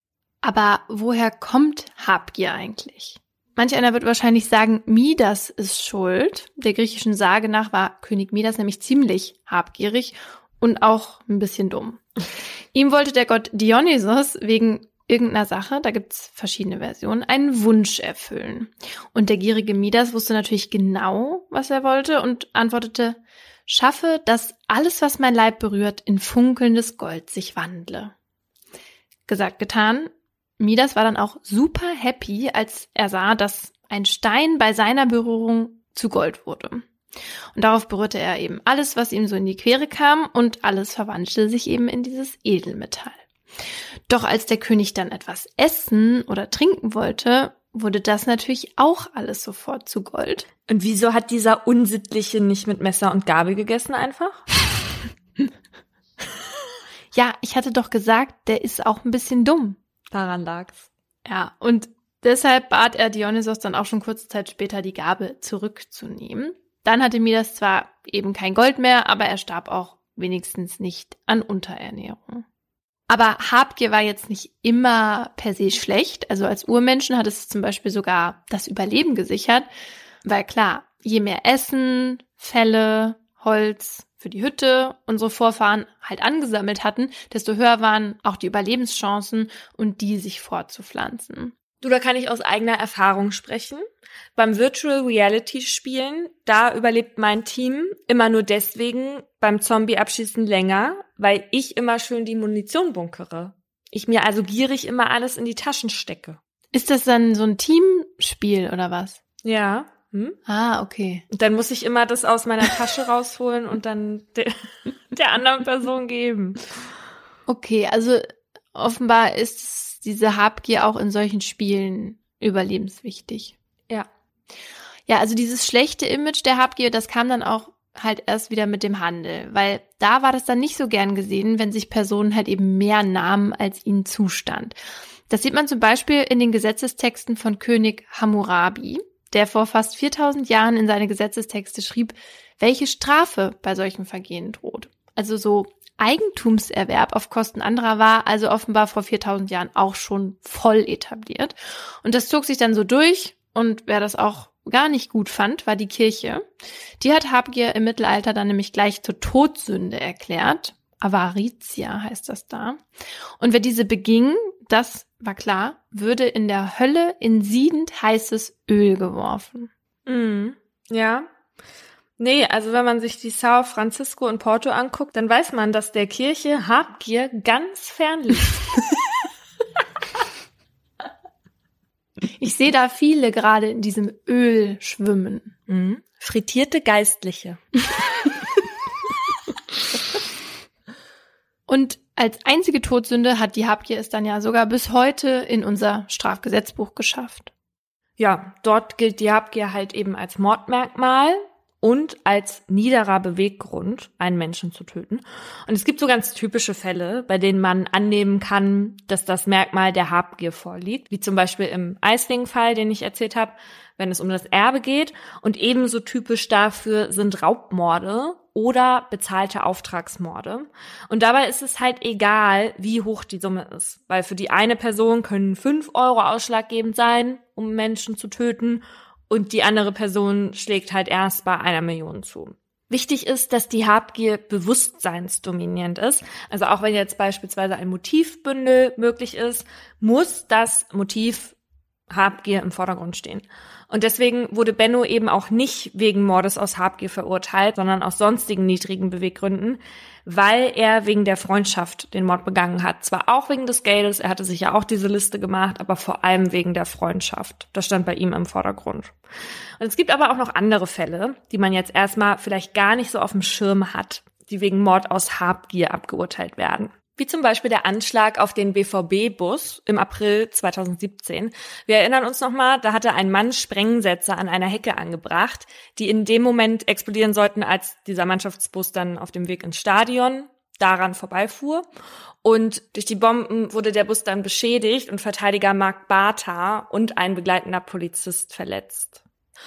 Aber woher kommt Habgier eigentlich? Manch einer wird wahrscheinlich sagen, Midas ist schuld. Der griechischen Sage nach war König Midas nämlich ziemlich habgierig und auch ein bisschen dumm. Ihm wollte der Gott Dionysos wegen irgendeiner Sache, da gibt's verschiedene Versionen, einen Wunsch erfüllen. Und der gierige Midas wusste natürlich genau, was er wollte und antwortete, schaffe, dass alles, was mein Leib berührt, in funkelndes Gold sich wandle. Gesagt, getan. Midas war dann auch super happy, als er sah, dass ein Stein bei seiner Berührung zu Gold wurde. Und darauf berührte er eben alles, was ihm so in die Quere kam und alles verwandelte sich eben in dieses Edelmetall. Doch als der König dann etwas essen oder trinken wollte, wurde das natürlich auch alles sofort zu Gold. Und wieso hat dieser Unsittliche nicht mit Messer und Gabel gegessen einfach? Ja, ich hatte doch gesagt, der ist auch ein bisschen dumm. Daran lag's. Ja, und deshalb bat er Dionysos dann auch schon kurze Zeit später, die Gabe zurückzunehmen. Dann hatte Midas zwar eben kein Gold mehr, aber er starb auch wenigstens nicht an Unterernährung. Aber Habgier war jetzt nicht immer per se schlecht. Also als Urmenschen hat es zum Beispiel sogar das Überleben gesichert. Weil klar, je mehr Essen, Felle, Holz für die Hütte unsere Vorfahren halt angesammelt hatten, desto höher waren auch die Überlebenschancen und die sich fortzupflanzen. Du, da kann ich aus eigener Erfahrung sprechen. Beim Virtual Reality Spielen, da überlebt mein Team immer nur deswegen beim Zombie-Abschießen länger, weil ich immer schön die Munition bunkere. Ich mir also gierig immer alles in die Taschen stecke. Ist das dann so ein Teamspiel oder was? Ja. Hm? Ah, okay. Und dann muss ich immer das aus meiner Tasche rausholen und dann de- der anderen Person geben. Okay, also offenbar ist diese Habgier auch in solchen Spielen überlebenswichtig. Ja. Ja, also dieses schlechte Image der Habgier, das kam dann auch halt erst wieder mit dem Handel, weil da war das dann nicht so gern gesehen, wenn sich Personen halt eben mehr nahmen, als ihnen zustand. Das sieht man zum Beispiel in den Gesetzestexten von König Hammurabi, der vor fast viertausend Jahren in seine Gesetzestexte schrieb, welche Strafe bei solchen Vergehen droht. Also so Eigentumserwerb auf Kosten anderer war also offenbar vor viertausend Jahren auch schon voll etabliert. Und das zog sich dann so durch und wer das auch gar nicht gut fand, war die Kirche. Die hat Habgier im Mittelalter dann nämlich gleich zur Todsünde erklärt. Avaritia heißt das da. Und wer diese beging, das war klar, würde in der Hölle in siedend heißes Öl geworfen. Mhm. Ja. Nee, also wenn man sich die São Francisco in Porto anguckt, dann weiß man, dass der Kirche Habgier ganz fern liegt. Ich sehe da viele gerade in diesem Öl schwimmen. Mhm. Frittierte Geistliche. Und Als einzige Todsünde hat die Habgier es dann ja sogar bis heute in unser Strafgesetzbuch geschafft. Ja, dort gilt die Habgier halt eben als Mordmerkmal und als niederer Beweggrund, einen Menschen zu töten. Und es gibt so ganz typische Fälle, bei denen man annehmen kann, dass das Merkmal der Habgier vorliegt, wie zum Beispiel im Aisling-Fall, den ich erzählt habe, wenn es um das Erbe geht. Und ebenso typisch dafür sind Raubmorde oder bezahlte Auftragsmorde. Und dabei ist es halt egal, wie hoch die Summe ist, weil für die eine Person können fünf Euro ausschlaggebend sein, um Menschen zu töten, und die andere Person schlägt halt erst bei einer Million zu. Wichtig ist, dass die Habgier bewusstseinsdominierend ist. Also auch wenn jetzt beispielsweise ein Motivbündel möglich ist, muss das Motiv Habgier im Vordergrund stehen. Und deswegen wurde Benno eben auch nicht wegen Mordes aus Habgier verurteilt, sondern aus sonstigen niedrigen Beweggründen, weil er wegen der Freundschaft den Mord begangen hat. Zwar auch wegen des Geldes, er hatte sich ja auch diese Liste gemacht, aber vor allem wegen der Freundschaft. Das stand bei ihm im Vordergrund. Und es gibt aber auch noch andere Fälle, die man jetzt erstmal vielleicht gar nicht so auf dem Schirm hat, die wegen Mord aus Habgier abgeurteilt werden. Wie zum Beispiel der Anschlag auf den B V B-Bus im April zweitausendsiebzehn. Wir erinnern uns nochmal, da hatte ein Mann Sprengsätze an einer Hecke angebracht, die in dem Moment explodieren sollten, als dieser Mannschaftsbus dann auf dem Weg ins Stadion daran vorbeifuhr. Und durch die Bomben wurde der Bus dann beschädigt und Verteidiger Marc Bartha und ein begleitender Polizist verletzt.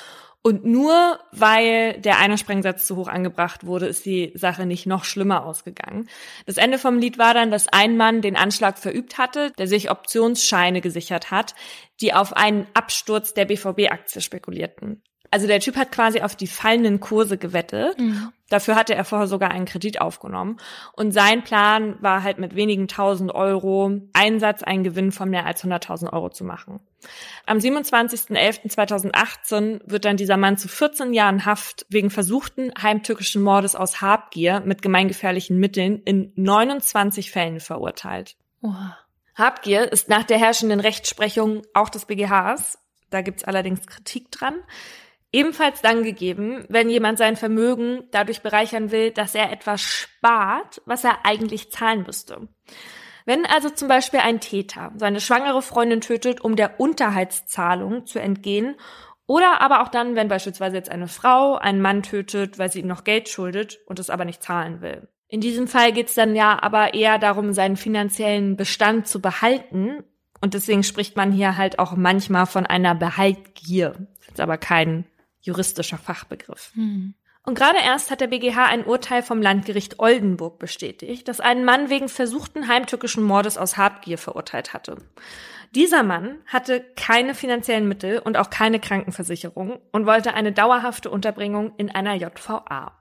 Und nur weil der eine Sprengsatz zu hoch angebracht wurde, ist die Sache nicht noch schlimmer ausgegangen. Das Ende vom Lied war dann, dass ein Mann den Anschlag verübt hatte, der sich Optionsscheine gesichert hat, die auf einen Absturz der B V B-Aktie spekulierten. Also der Typ hat quasi auf die fallenden Kurse gewettet. Mhm. Dafür hatte er vorher sogar einen Kredit aufgenommen. Und sein Plan war halt mit wenigen tausend Euro Einsatz einen Gewinn von mehr als hunderttausend Euro zu machen. Am siebenundzwanzigsten elften zweitausendachtzehn wird dann dieser Mann zu vierzehn Jahren Haft wegen versuchten heimtückischen Mordes aus Habgier mit gemeingefährlichen Mitteln in neunundzwanzig Fällen verurteilt. Oha. Habgier ist nach der herrschenden Rechtsprechung auch des B G Hs, da gibt's allerdings Kritik dran, ebenfalls dann gegeben, wenn jemand sein Vermögen dadurch bereichern will, dass er etwas spart, was er eigentlich zahlen müsste. Wenn also zum Beispiel ein Täter seine schwangere Freundin tötet, um der Unterhaltszahlung zu entgehen, oder aber auch dann, wenn beispielsweise jetzt eine Frau einen Mann tötet, weil sie ihm noch Geld schuldet und es aber nicht zahlen will. In diesem Fall geht's dann ja aber eher darum, seinen finanziellen Bestand zu behalten, und deswegen spricht man hier halt auch manchmal von einer Behaltgier. Das ist jetzt aber kein juristischer Fachbegriff. Hm. Und gerade erst hat der B G H ein Urteil vom Landgericht Oldenburg bestätigt, das einen Mann wegen versuchten heimtückischen Mordes aus Habgier verurteilt hatte. Dieser Mann hatte keine finanziellen Mittel und auch keine Krankenversicherung und wollte eine dauerhafte Unterbringung in einer J V A.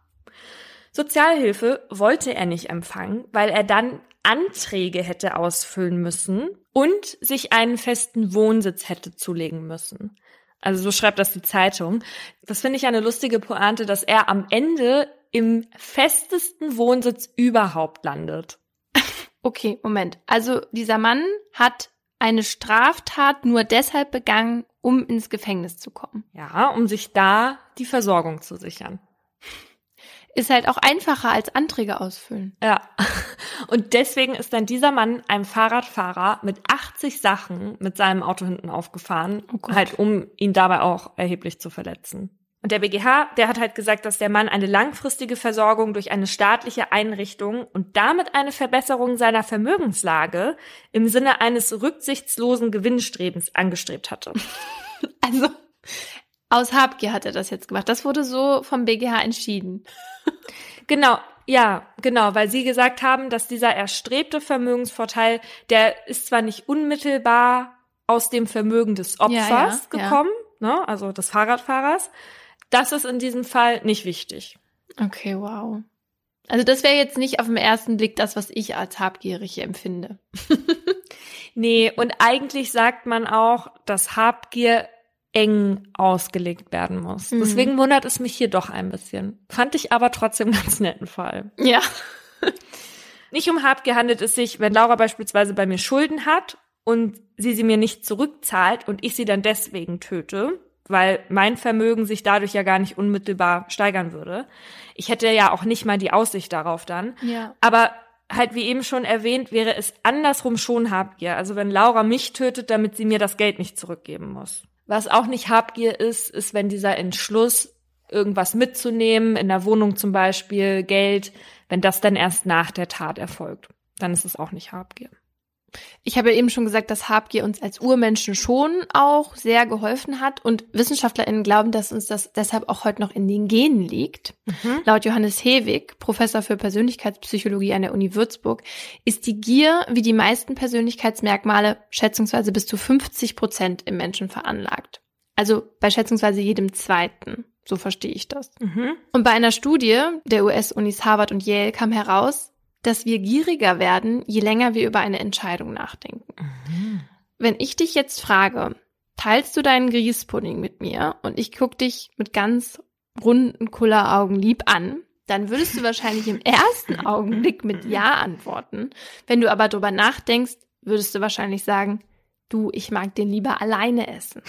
Sozialhilfe wollte er nicht empfangen, weil er dann Anträge hätte ausfüllen müssen und sich einen festen Wohnsitz hätte zulegen müssen. Also so schreibt das die Zeitung. Das finde ich eine lustige Pointe, dass er am Ende im festesten Wohnsitz überhaupt landet. Okay, Moment. Also dieser Mann hat eine Straftat nur deshalb begangen, um ins Gefängnis zu kommen. Ja, um sich da die Versorgung zu sichern. Ist halt auch einfacher als Anträge ausfüllen. Ja, und deswegen ist dann dieser Mann einem Fahrradfahrer mit achtzig Sachen mit seinem Auto hinten aufgefahren, oh halt um ihn dabei auch erheblich zu verletzen. Und der B G H, der hat halt gesagt, dass der Mann eine langfristige Versorgung durch eine staatliche Einrichtung und damit eine Verbesserung seiner Vermögenslage im Sinne eines rücksichtslosen Gewinnstrebens angestrebt hatte. Also aus Habgier hat er das jetzt gemacht. Das wurde so vom B G H entschieden. Genau, ja, genau, weil sie gesagt haben, dass dieser erstrebte Vermögensvorteil, der ist zwar nicht unmittelbar aus dem Vermögen des Opfers ja, ja, gekommen, ja. Ne, also des Fahrradfahrers, das ist in diesem Fall nicht wichtig. Okay, wow. Also das wäre jetzt nicht auf den ersten Blick das, was ich als habgierig empfinde. Nee, und eigentlich sagt man auch, dass Habgier eng ausgelegt werden muss. Mhm. Deswegen wundert es mich hier doch ein bisschen. Fand ich aber trotzdem ganz netten Fall. Ja. Nicht um Habgier handelt es sich, wenn Laura beispielsweise bei mir Schulden hat und sie sie mir nicht zurückzahlt und ich sie dann deswegen töte, weil mein Vermögen sich dadurch ja gar nicht unmittelbar steigern würde. Ich hätte ja auch nicht mal die Aussicht darauf dann. Ja. Aber halt wie eben schon erwähnt, wäre es andersrum schon Habgier. Also wenn Laura mich tötet, damit sie mir das Geld nicht zurückgeben muss. Was auch nicht Habgier ist, ist, wenn dieser Entschluss, irgendwas mitzunehmen, in der Wohnung zum Beispiel, Geld, wenn das dann erst nach der Tat erfolgt. Dann ist es auch nicht Habgier. Ich habe ja eben schon gesagt, dass Habgier uns als Urmenschen schon auch sehr geholfen hat und WissenschaftlerInnen glauben, dass uns das deshalb auch heute noch in den Genen liegt. Mhm. Laut Johannes Hewig, Professor für Persönlichkeitspsychologie an der Uni Würzburg, ist die Gier wie die meisten Persönlichkeitsmerkmale schätzungsweise bis zu fünfzig Prozent im Menschen veranlagt. Also bei schätzungsweise jedem Zweiten. So verstehe ich das. Mhm. Und bei einer Studie der U S-Unis Harvard und Yale kam heraus, dass wir gieriger werden, je länger wir über eine Entscheidung nachdenken. Mhm. Wenn ich dich jetzt frage, teilst du deinen Grießpudding mit mir und ich gucke dich mit ganz runden Kulleraugen lieb an, dann würdest du wahrscheinlich im ersten Augenblick mit Ja antworten. Wenn du aber drüber nachdenkst, würdest du wahrscheinlich sagen, du, ich mag den lieber alleine essen.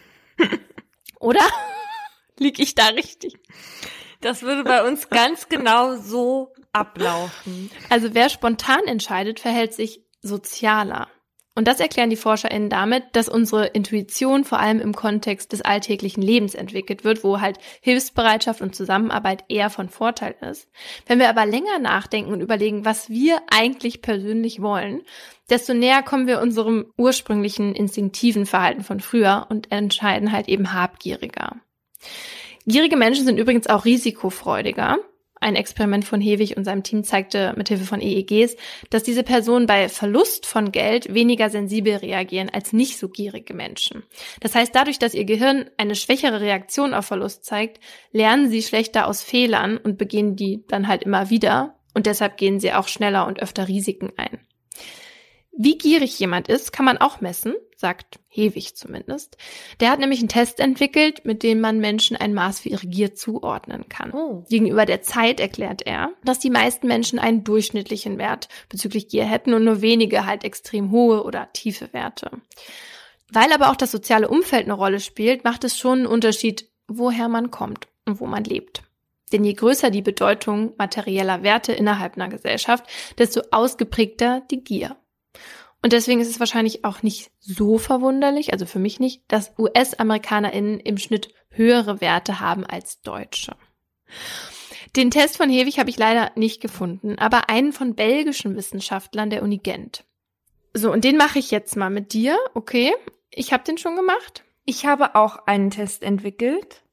Oder? Lieg ich da richtig? Das würde bei uns ganz genau so ablaufen. Also wer spontan entscheidet, verhält sich sozialer. Und das erklären die ForscherInnen damit, dass unsere Intuition vor allem im Kontext des alltäglichen Lebens entwickelt wird, wo halt Hilfsbereitschaft und Zusammenarbeit eher von Vorteil ist. Wenn wir aber länger nachdenken und überlegen, was wir eigentlich persönlich wollen, desto näher kommen wir unserem ursprünglichen instinktiven Verhalten von früher und entscheiden halt eben habgieriger. Gierige Menschen sind übrigens auch risikofreudiger. Ein Experiment von Hewig und seinem Team zeigte mithilfe von E E Gs, dass diese Personen bei Verlust von Geld weniger sensibel reagieren als nicht so gierige Menschen. Das heißt, dadurch, dass ihr Gehirn eine schwächere Reaktion auf Verlust zeigt, lernen sie schlechter aus Fehlern und begehen die dann halt immer wieder. Und deshalb gehen sie auch schneller und öfter Risiken ein. Wie gierig jemand ist, kann man auch messen, sagt Hewig zumindest. Der hat nämlich einen Test entwickelt, mit dem man Menschen ein Maß für ihre Gier zuordnen kann. Oh. Gegenüber der Zeit erklärt er, dass die meisten Menschen einen durchschnittlichen Wert bezüglich Gier hätten und nur wenige halt extrem hohe oder tiefe Werte. Weil aber auch das soziale Umfeld eine Rolle spielt, macht es schon einen Unterschied, woher man kommt und wo man lebt. Denn je größer die Bedeutung materieller Werte innerhalb einer Gesellschaft, desto ausgeprägter die Gier. Und deswegen ist es wahrscheinlich auch nicht so verwunderlich, also für mich nicht, dass U S-AmerikanerInnen im Schnitt höhere Werte haben als Deutsche. Den Test von Hewig habe ich leider nicht gefunden, aber einen von belgischen Wissenschaftlern der Uni Gent. So, und den mache ich jetzt mal mit dir, okay? Ich habe den schon gemacht. Ich habe auch einen Test entwickelt.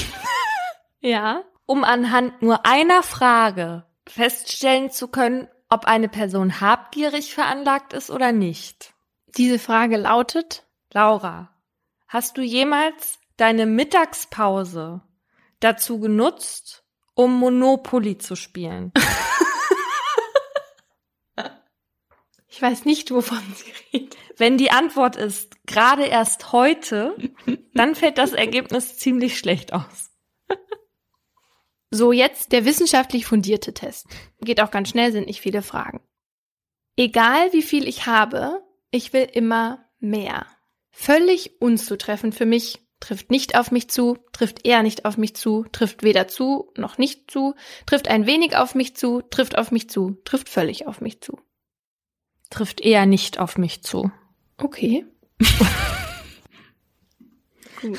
Ja. Um anhand nur einer Frage feststellen zu können, ob eine Person habgierig veranlagt ist oder nicht. Diese Frage lautet: Laura, hast du jemals deine Mittagspause dazu genutzt, um Monopoly zu spielen? Ich weiß nicht, wovon sie redet. Wenn die Antwort ist, gerade erst heute, dann fällt das Ergebnis ziemlich schlecht aus. So, jetzt der wissenschaftlich fundierte Test. Geht auch ganz schnell, sind nicht viele Fragen. Egal wie viel ich habe, ich will immer mehr. Völlig unzutreffend für mich, trifft nicht auf mich zu, trifft eher nicht auf mich zu, trifft weder zu noch nicht zu, trifft ein wenig auf mich zu, trifft auf mich zu, trifft völlig auf mich zu. Trifft eher nicht auf mich zu. Okay. Gut.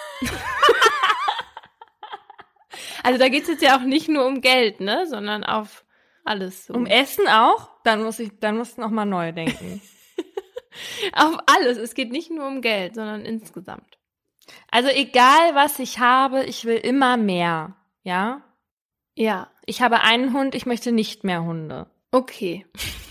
Also da geht's jetzt ja auch nicht nur um Geld, ne, sondern auf alles. So. Um Essen auch? Dann muss ich, dann musst du noch mal neu denken. Auf alles. Es geht nicht nur um Geld, sondern insgesamt. Also egal, was ich habe, ich will immer mehr, ja? Ja. Ich habe einen Hund, ich möchte nicht mehr Hunde. Okay.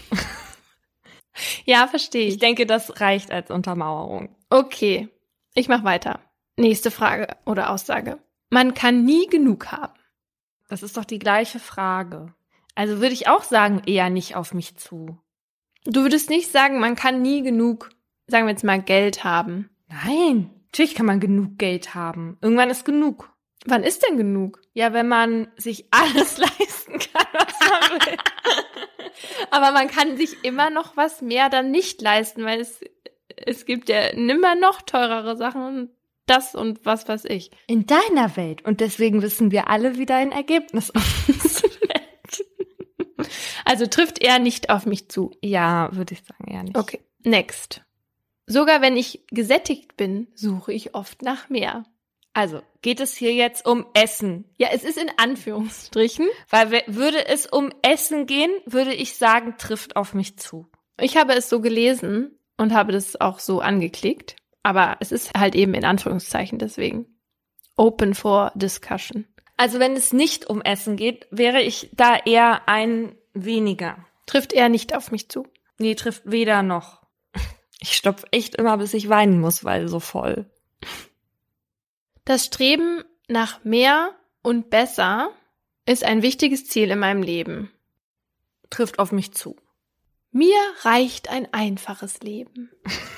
Ja, verstehe ich. Ich denke, das reicht als Untermauerung. Okay. Ich mach weiter. Nächste Frage oder Aussage. Man kann nie genug haben. Das ist doch die gleiche Frage. Also würde ich auch sagen, eher nicht auf mich zu. Du würdest nicht sagen, man kann nie genug, sagen wir jetzt mal, Geld haben. Nein, natürlich kann man genug Geld haben. Irgendwann ist genug. Wann ist denn genug? Ja, wenn man sich alles leisten kann, was man will. Aber man kann sich immer noch was mehr dann nicht leisten, weil es, es gibt ja nimmer noch teurere Sachen und das und was weiß ich. In deiner Welt. Und deswegen wissen wir alle, wie dein Ergebnis aussieht. Also trifft er nicht auf mich zu. Ja, würde ich sagen, eher nicht. Okay, next. Sogar wenn ich gesättigt bin, suche ich oft nach mehr. Also, geht es hier jetzt um Essen? Ja, es ist in Anführungsstrichen. Weil w- würde es um Essen gehen, würde ich sagen, trifft auf mich zu. Ich habe es so gelesen und habe das auch so angeklickt. Aber es ist halt eben in Anführungszeichen deswegen. Open for discussion. Also wenn es nicht um Essen geht, wäre ich da eher ein weniger. Trifft er nicht auf mich zu? Nee, trifft weder noch. Ich stopf echt immer, bis ich weinen muss, weil so voll. Das Streben nach mehr und besser ist ein wichtiges Ziel in meinem Leben. Trifft auf mich zu. Mir reicht ein einfaches Leben.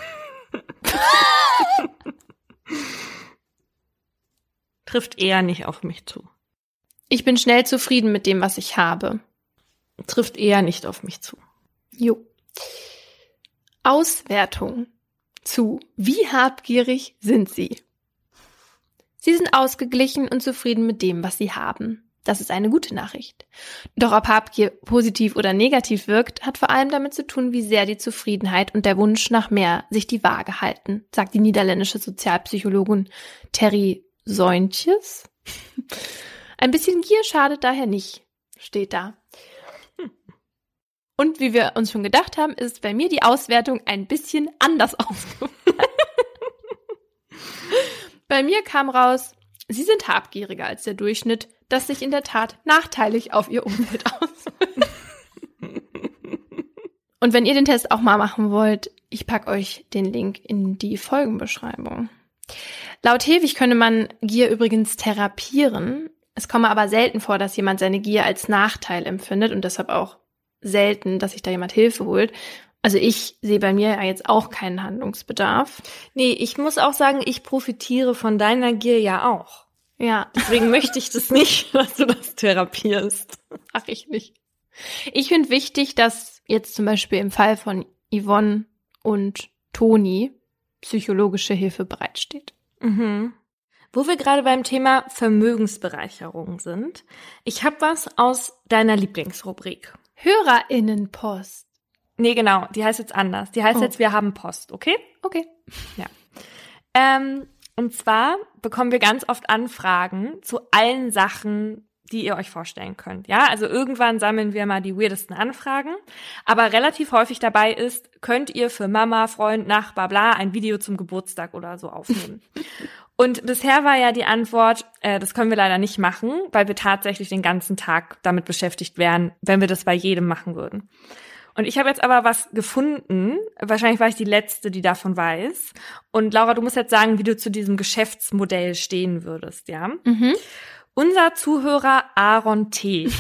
Trifft eher nicht auf mich zu. Ich bin schnell zufrieden mit dem, was ich habe. Trifft eher nicht auf mich zu. Jo. Auswertung zu. Wie habgierig sind Sie? Sie sind ausgeglichen und zufrieden mit dem, was Sie haben. Das ist eine gute Nachricht. Doch ob Habgier positiv oder negativ wirkt, hat vor allem damit zu tun, wie sehr die Zufriedenheit und der Wunsch nach mehr sich die Waage halten, sagt die niederländische Sozialpsychologin Terry Seuntjes. Ein bisschen Gier schadet daher nicht, steht da. Und wie wir uns schon gedacht haben, ist bei mir die Auswertung ein bisschen anders ausgefallen. Bei mir kam raus, Sie sind habgieriger als der Durchschnitt, das sich in der Tat nachteilig auf Ihr Umfeld auswirkt. Und wenn ihr den Test auch mal machen wollt, ich packe euch den Link in die Folgenbeschreibung. Laut Hewig könne man Gier übrigens therapieren. Es komme aber selten vor, dass jemand seine Gier als Nachteil empfindet und deshalb auch selten, dass sich da jemand Hilfe holt. Also ich sehe bei mir ja jetzt auch keinen Handlungsbedarf. Nee, ich muss auch sagen, ich profitiere von deiner Gier ja auch. Ja, Deswegen möchte ich das nicht, dass du das therapierst. ach ich nicht. Ich finde wichtig, dass jetzt zum Beispiel im Fall von Yvonne und Toni psychologische Hilfe bereitsteht. Mhm. Wo wir gerade beim Thema Vermögensbereicherung sind, ich habe was aus deiner Lieblingsrubrik. HörerInnenpost. Nee, genau, die heißt jetzt anders. Die heißt Oh. jetzt, wir haben Post, okay? Okay. Ähm, und zwar bekommen wir ganz oft Anfragen zu allen Sachen, die ihr euch vorstellen könnt. Ja, also irgendwann sammeln wir mal die weirdesten Anfragen, aber relativ häufig dabei ist, könnt ihr für Mama, Freund, Nachbar, bla, ein Video zum Geburtstag oder so aufnehmen. Und bisher war ja die Antwort, äh, das können wir leider nicht machen, weil wir tatsächlich den ganzen Tag damit beschäftigt wären, wenn wir das bei jedem machen würden. Und ich habe jetzt aber was gefunden, wahrscheinlich war ich die Letzte, die davon weiß. Und Laura, du musst jetzt sagen, wie du zu diesem Geschäftsmodell stehen würdest, ja? Mhm. Unser Zuhörer Aaron T.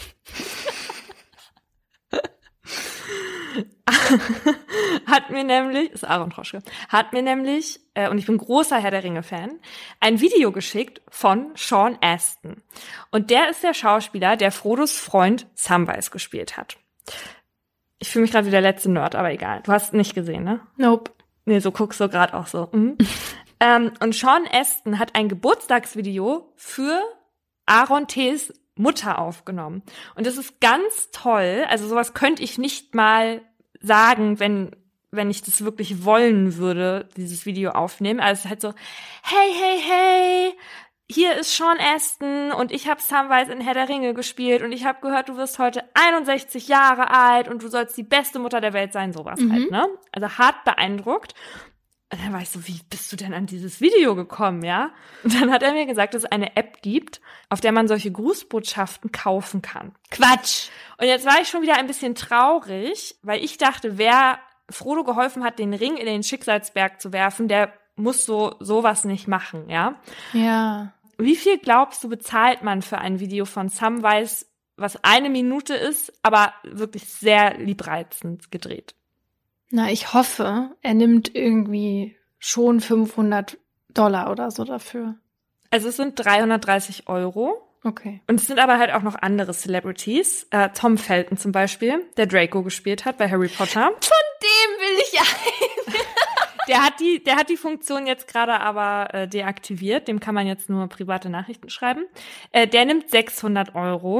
hat mir nämlich, ist Aaron Troschke, hat mir nämlich, äh, und ich bin großer Herr der Ringe-Fan, ein Video geschickt von Sean Astin. Und der ist der Schauspieler, der Frodos Freund Samwise gespielt hat. Ich fühle mich gerade wie der letzte Nerd, aber egal. Du hast nicht gesehen, ne? Nope. Nee, so guckst du gerade auch so. Mhm. ähm, und Sean Astin hat ein Geburtstagsvideo für Aaron T.'s Mutter aufgenommen. Und das ist ganz toll. Also sowas könnte ich nicht mal sagen, wenn wenn ich das wirklich wollen würde, dieses Video aufnehmen. Also es ist halt so, hey, hey, hey, hier ist Sean Astin und ich habe Samwise in Herr der Ringe gespielt und ich habe gehört, du wirst heute einundsechzig Jahre alt und du sollst die beste Mutter der Welt sein, sowas Mhm. halt, ne? Also hart beeindruckt. Und dann war ich so, wie bist du denn an dieses Video gekommen, ja? Und dann hat er mir gesagt, dass es eine App gibt, auf der man solche Grußbotschaften kaufen kann. Quatsch. Und jetzt war ich schon wieder ein bisschen traurig, weil ich dachte, wer Frodo geholfen hat, den Ring in den Schicksalsberg zu werfen, der muss so sowas nicht machen, ja? Ja. Wie viel glaubst du, bezahlt man für ein Video von Samwise, was eine Minute ist, aber wirklich sehr liebreizend gedreht? Na, ich hoffe, er nimmt irgendwie schon fünfhundert Dollar oder so dafür. Also es sind dreihundertdreißig Euro. Okay. Und es sind aber halt auch noch andere Celebrities. Äh, Tom Felton zum Beispiel, der Draco gespielt hat bei Harry Potter. Dem will ich ein. Der hat die, der hat die Funktion jetzt gerade aber äh, deaktiviert. Dem kann man jetzt nur private Nachrichten schreiben. Äh, der nimmt sechshundert Euro.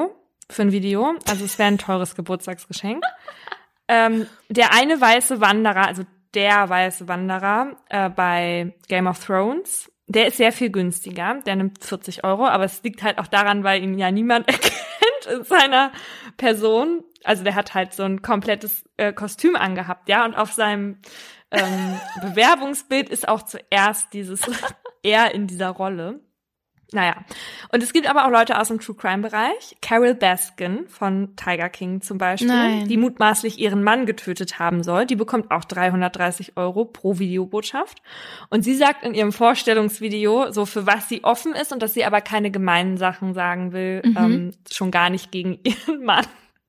für ein Video. Also es wäre ein teures Geburtstagsgeschenk. ähm, der eine weiße Wanderer, also der weiße Wanderer äh, bei Game of Thrones, der ist sehr viel günstiger. Der nimmt vierzig Euro, aber es liegt halt auch daran, weil ihn ja niemand erkennt in seiner Person. Also der hat halt so ein komplettes äh, Kostüm angehabt, ja, und auf seinem ähm, Bewerbungsbild ist auch zuerst dieses er in dieser Rolle. Naja, und es gibt aber auch Leute aus dem True-Crime-Bereich. Carol Baskin von Tiger King zum Beispiel, Nein. die mutmaßlich ihren Mann getötet haben soll. Die bekommt auch dreihundertdreißig Euro pro Videobotschaft. Und sie sagt in ihrem Vorstellungsvideo, so für was sie offen ist und dass sie aber keine gemeinen Sachen sagen will, mhm. ähm, schon gar nicht gegen ihren Mann.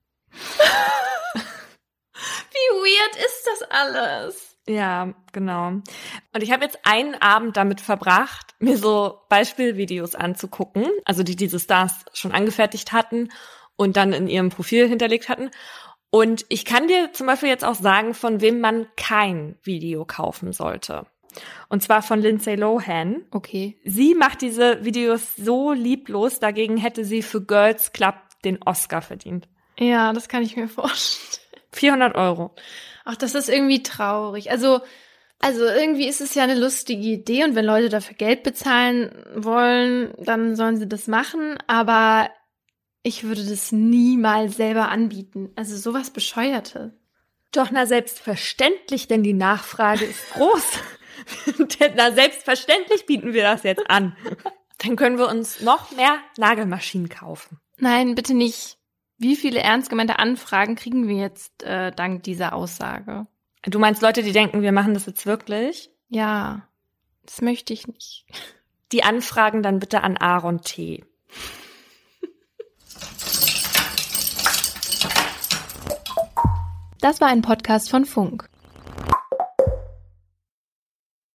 Wie weird ist das alles? Ja, genau. Und ich habe jetzt einen Abend damit verbracht, mir so Beispielvideos anzugucken, also die diese Stars schon angefertigt hatten und dann in ihrem Profil hinterlegt hatten. Und ich kann dir zum Beispiel jetzt auch sagen, von wem man kein Video kaufen sollte. Und zwar von Lindsay Lohan. Okay. Sie macht diese Videos so lieblos, dagegen hätte sie für Girls Club den Oscar verdient. Ja, das kann ich mir vorstellen. vierhundert Euro. Ach, das ist irgendwie traurig. Also, also irgendwie ist es ja eine lustige Idee und wenn Leute dafür Geld bezahlen wollen, dann sollen sie das machen. Aber ich würde das niemals selber anbieten. Also sowas Bescheuertes. Doch, na selbstverständlich, denn die Nachfrage ist groß. Na selbstverständlich bieten wir das jetzt an. Dann können wir uns noch mehr Nagelmaschinen kaufen. Nein, bitte nicht. Wie viele ernst gemeinte Anfragen kriegen wir jetzt äh, dank dieser Aussage? Du meinst Leute, die denken, wir machen das jetzt wirklich? Ja, das möchte ich nicht. Die Anfragen dann bitte an Aaron T. Das war ein Podcast von Funk.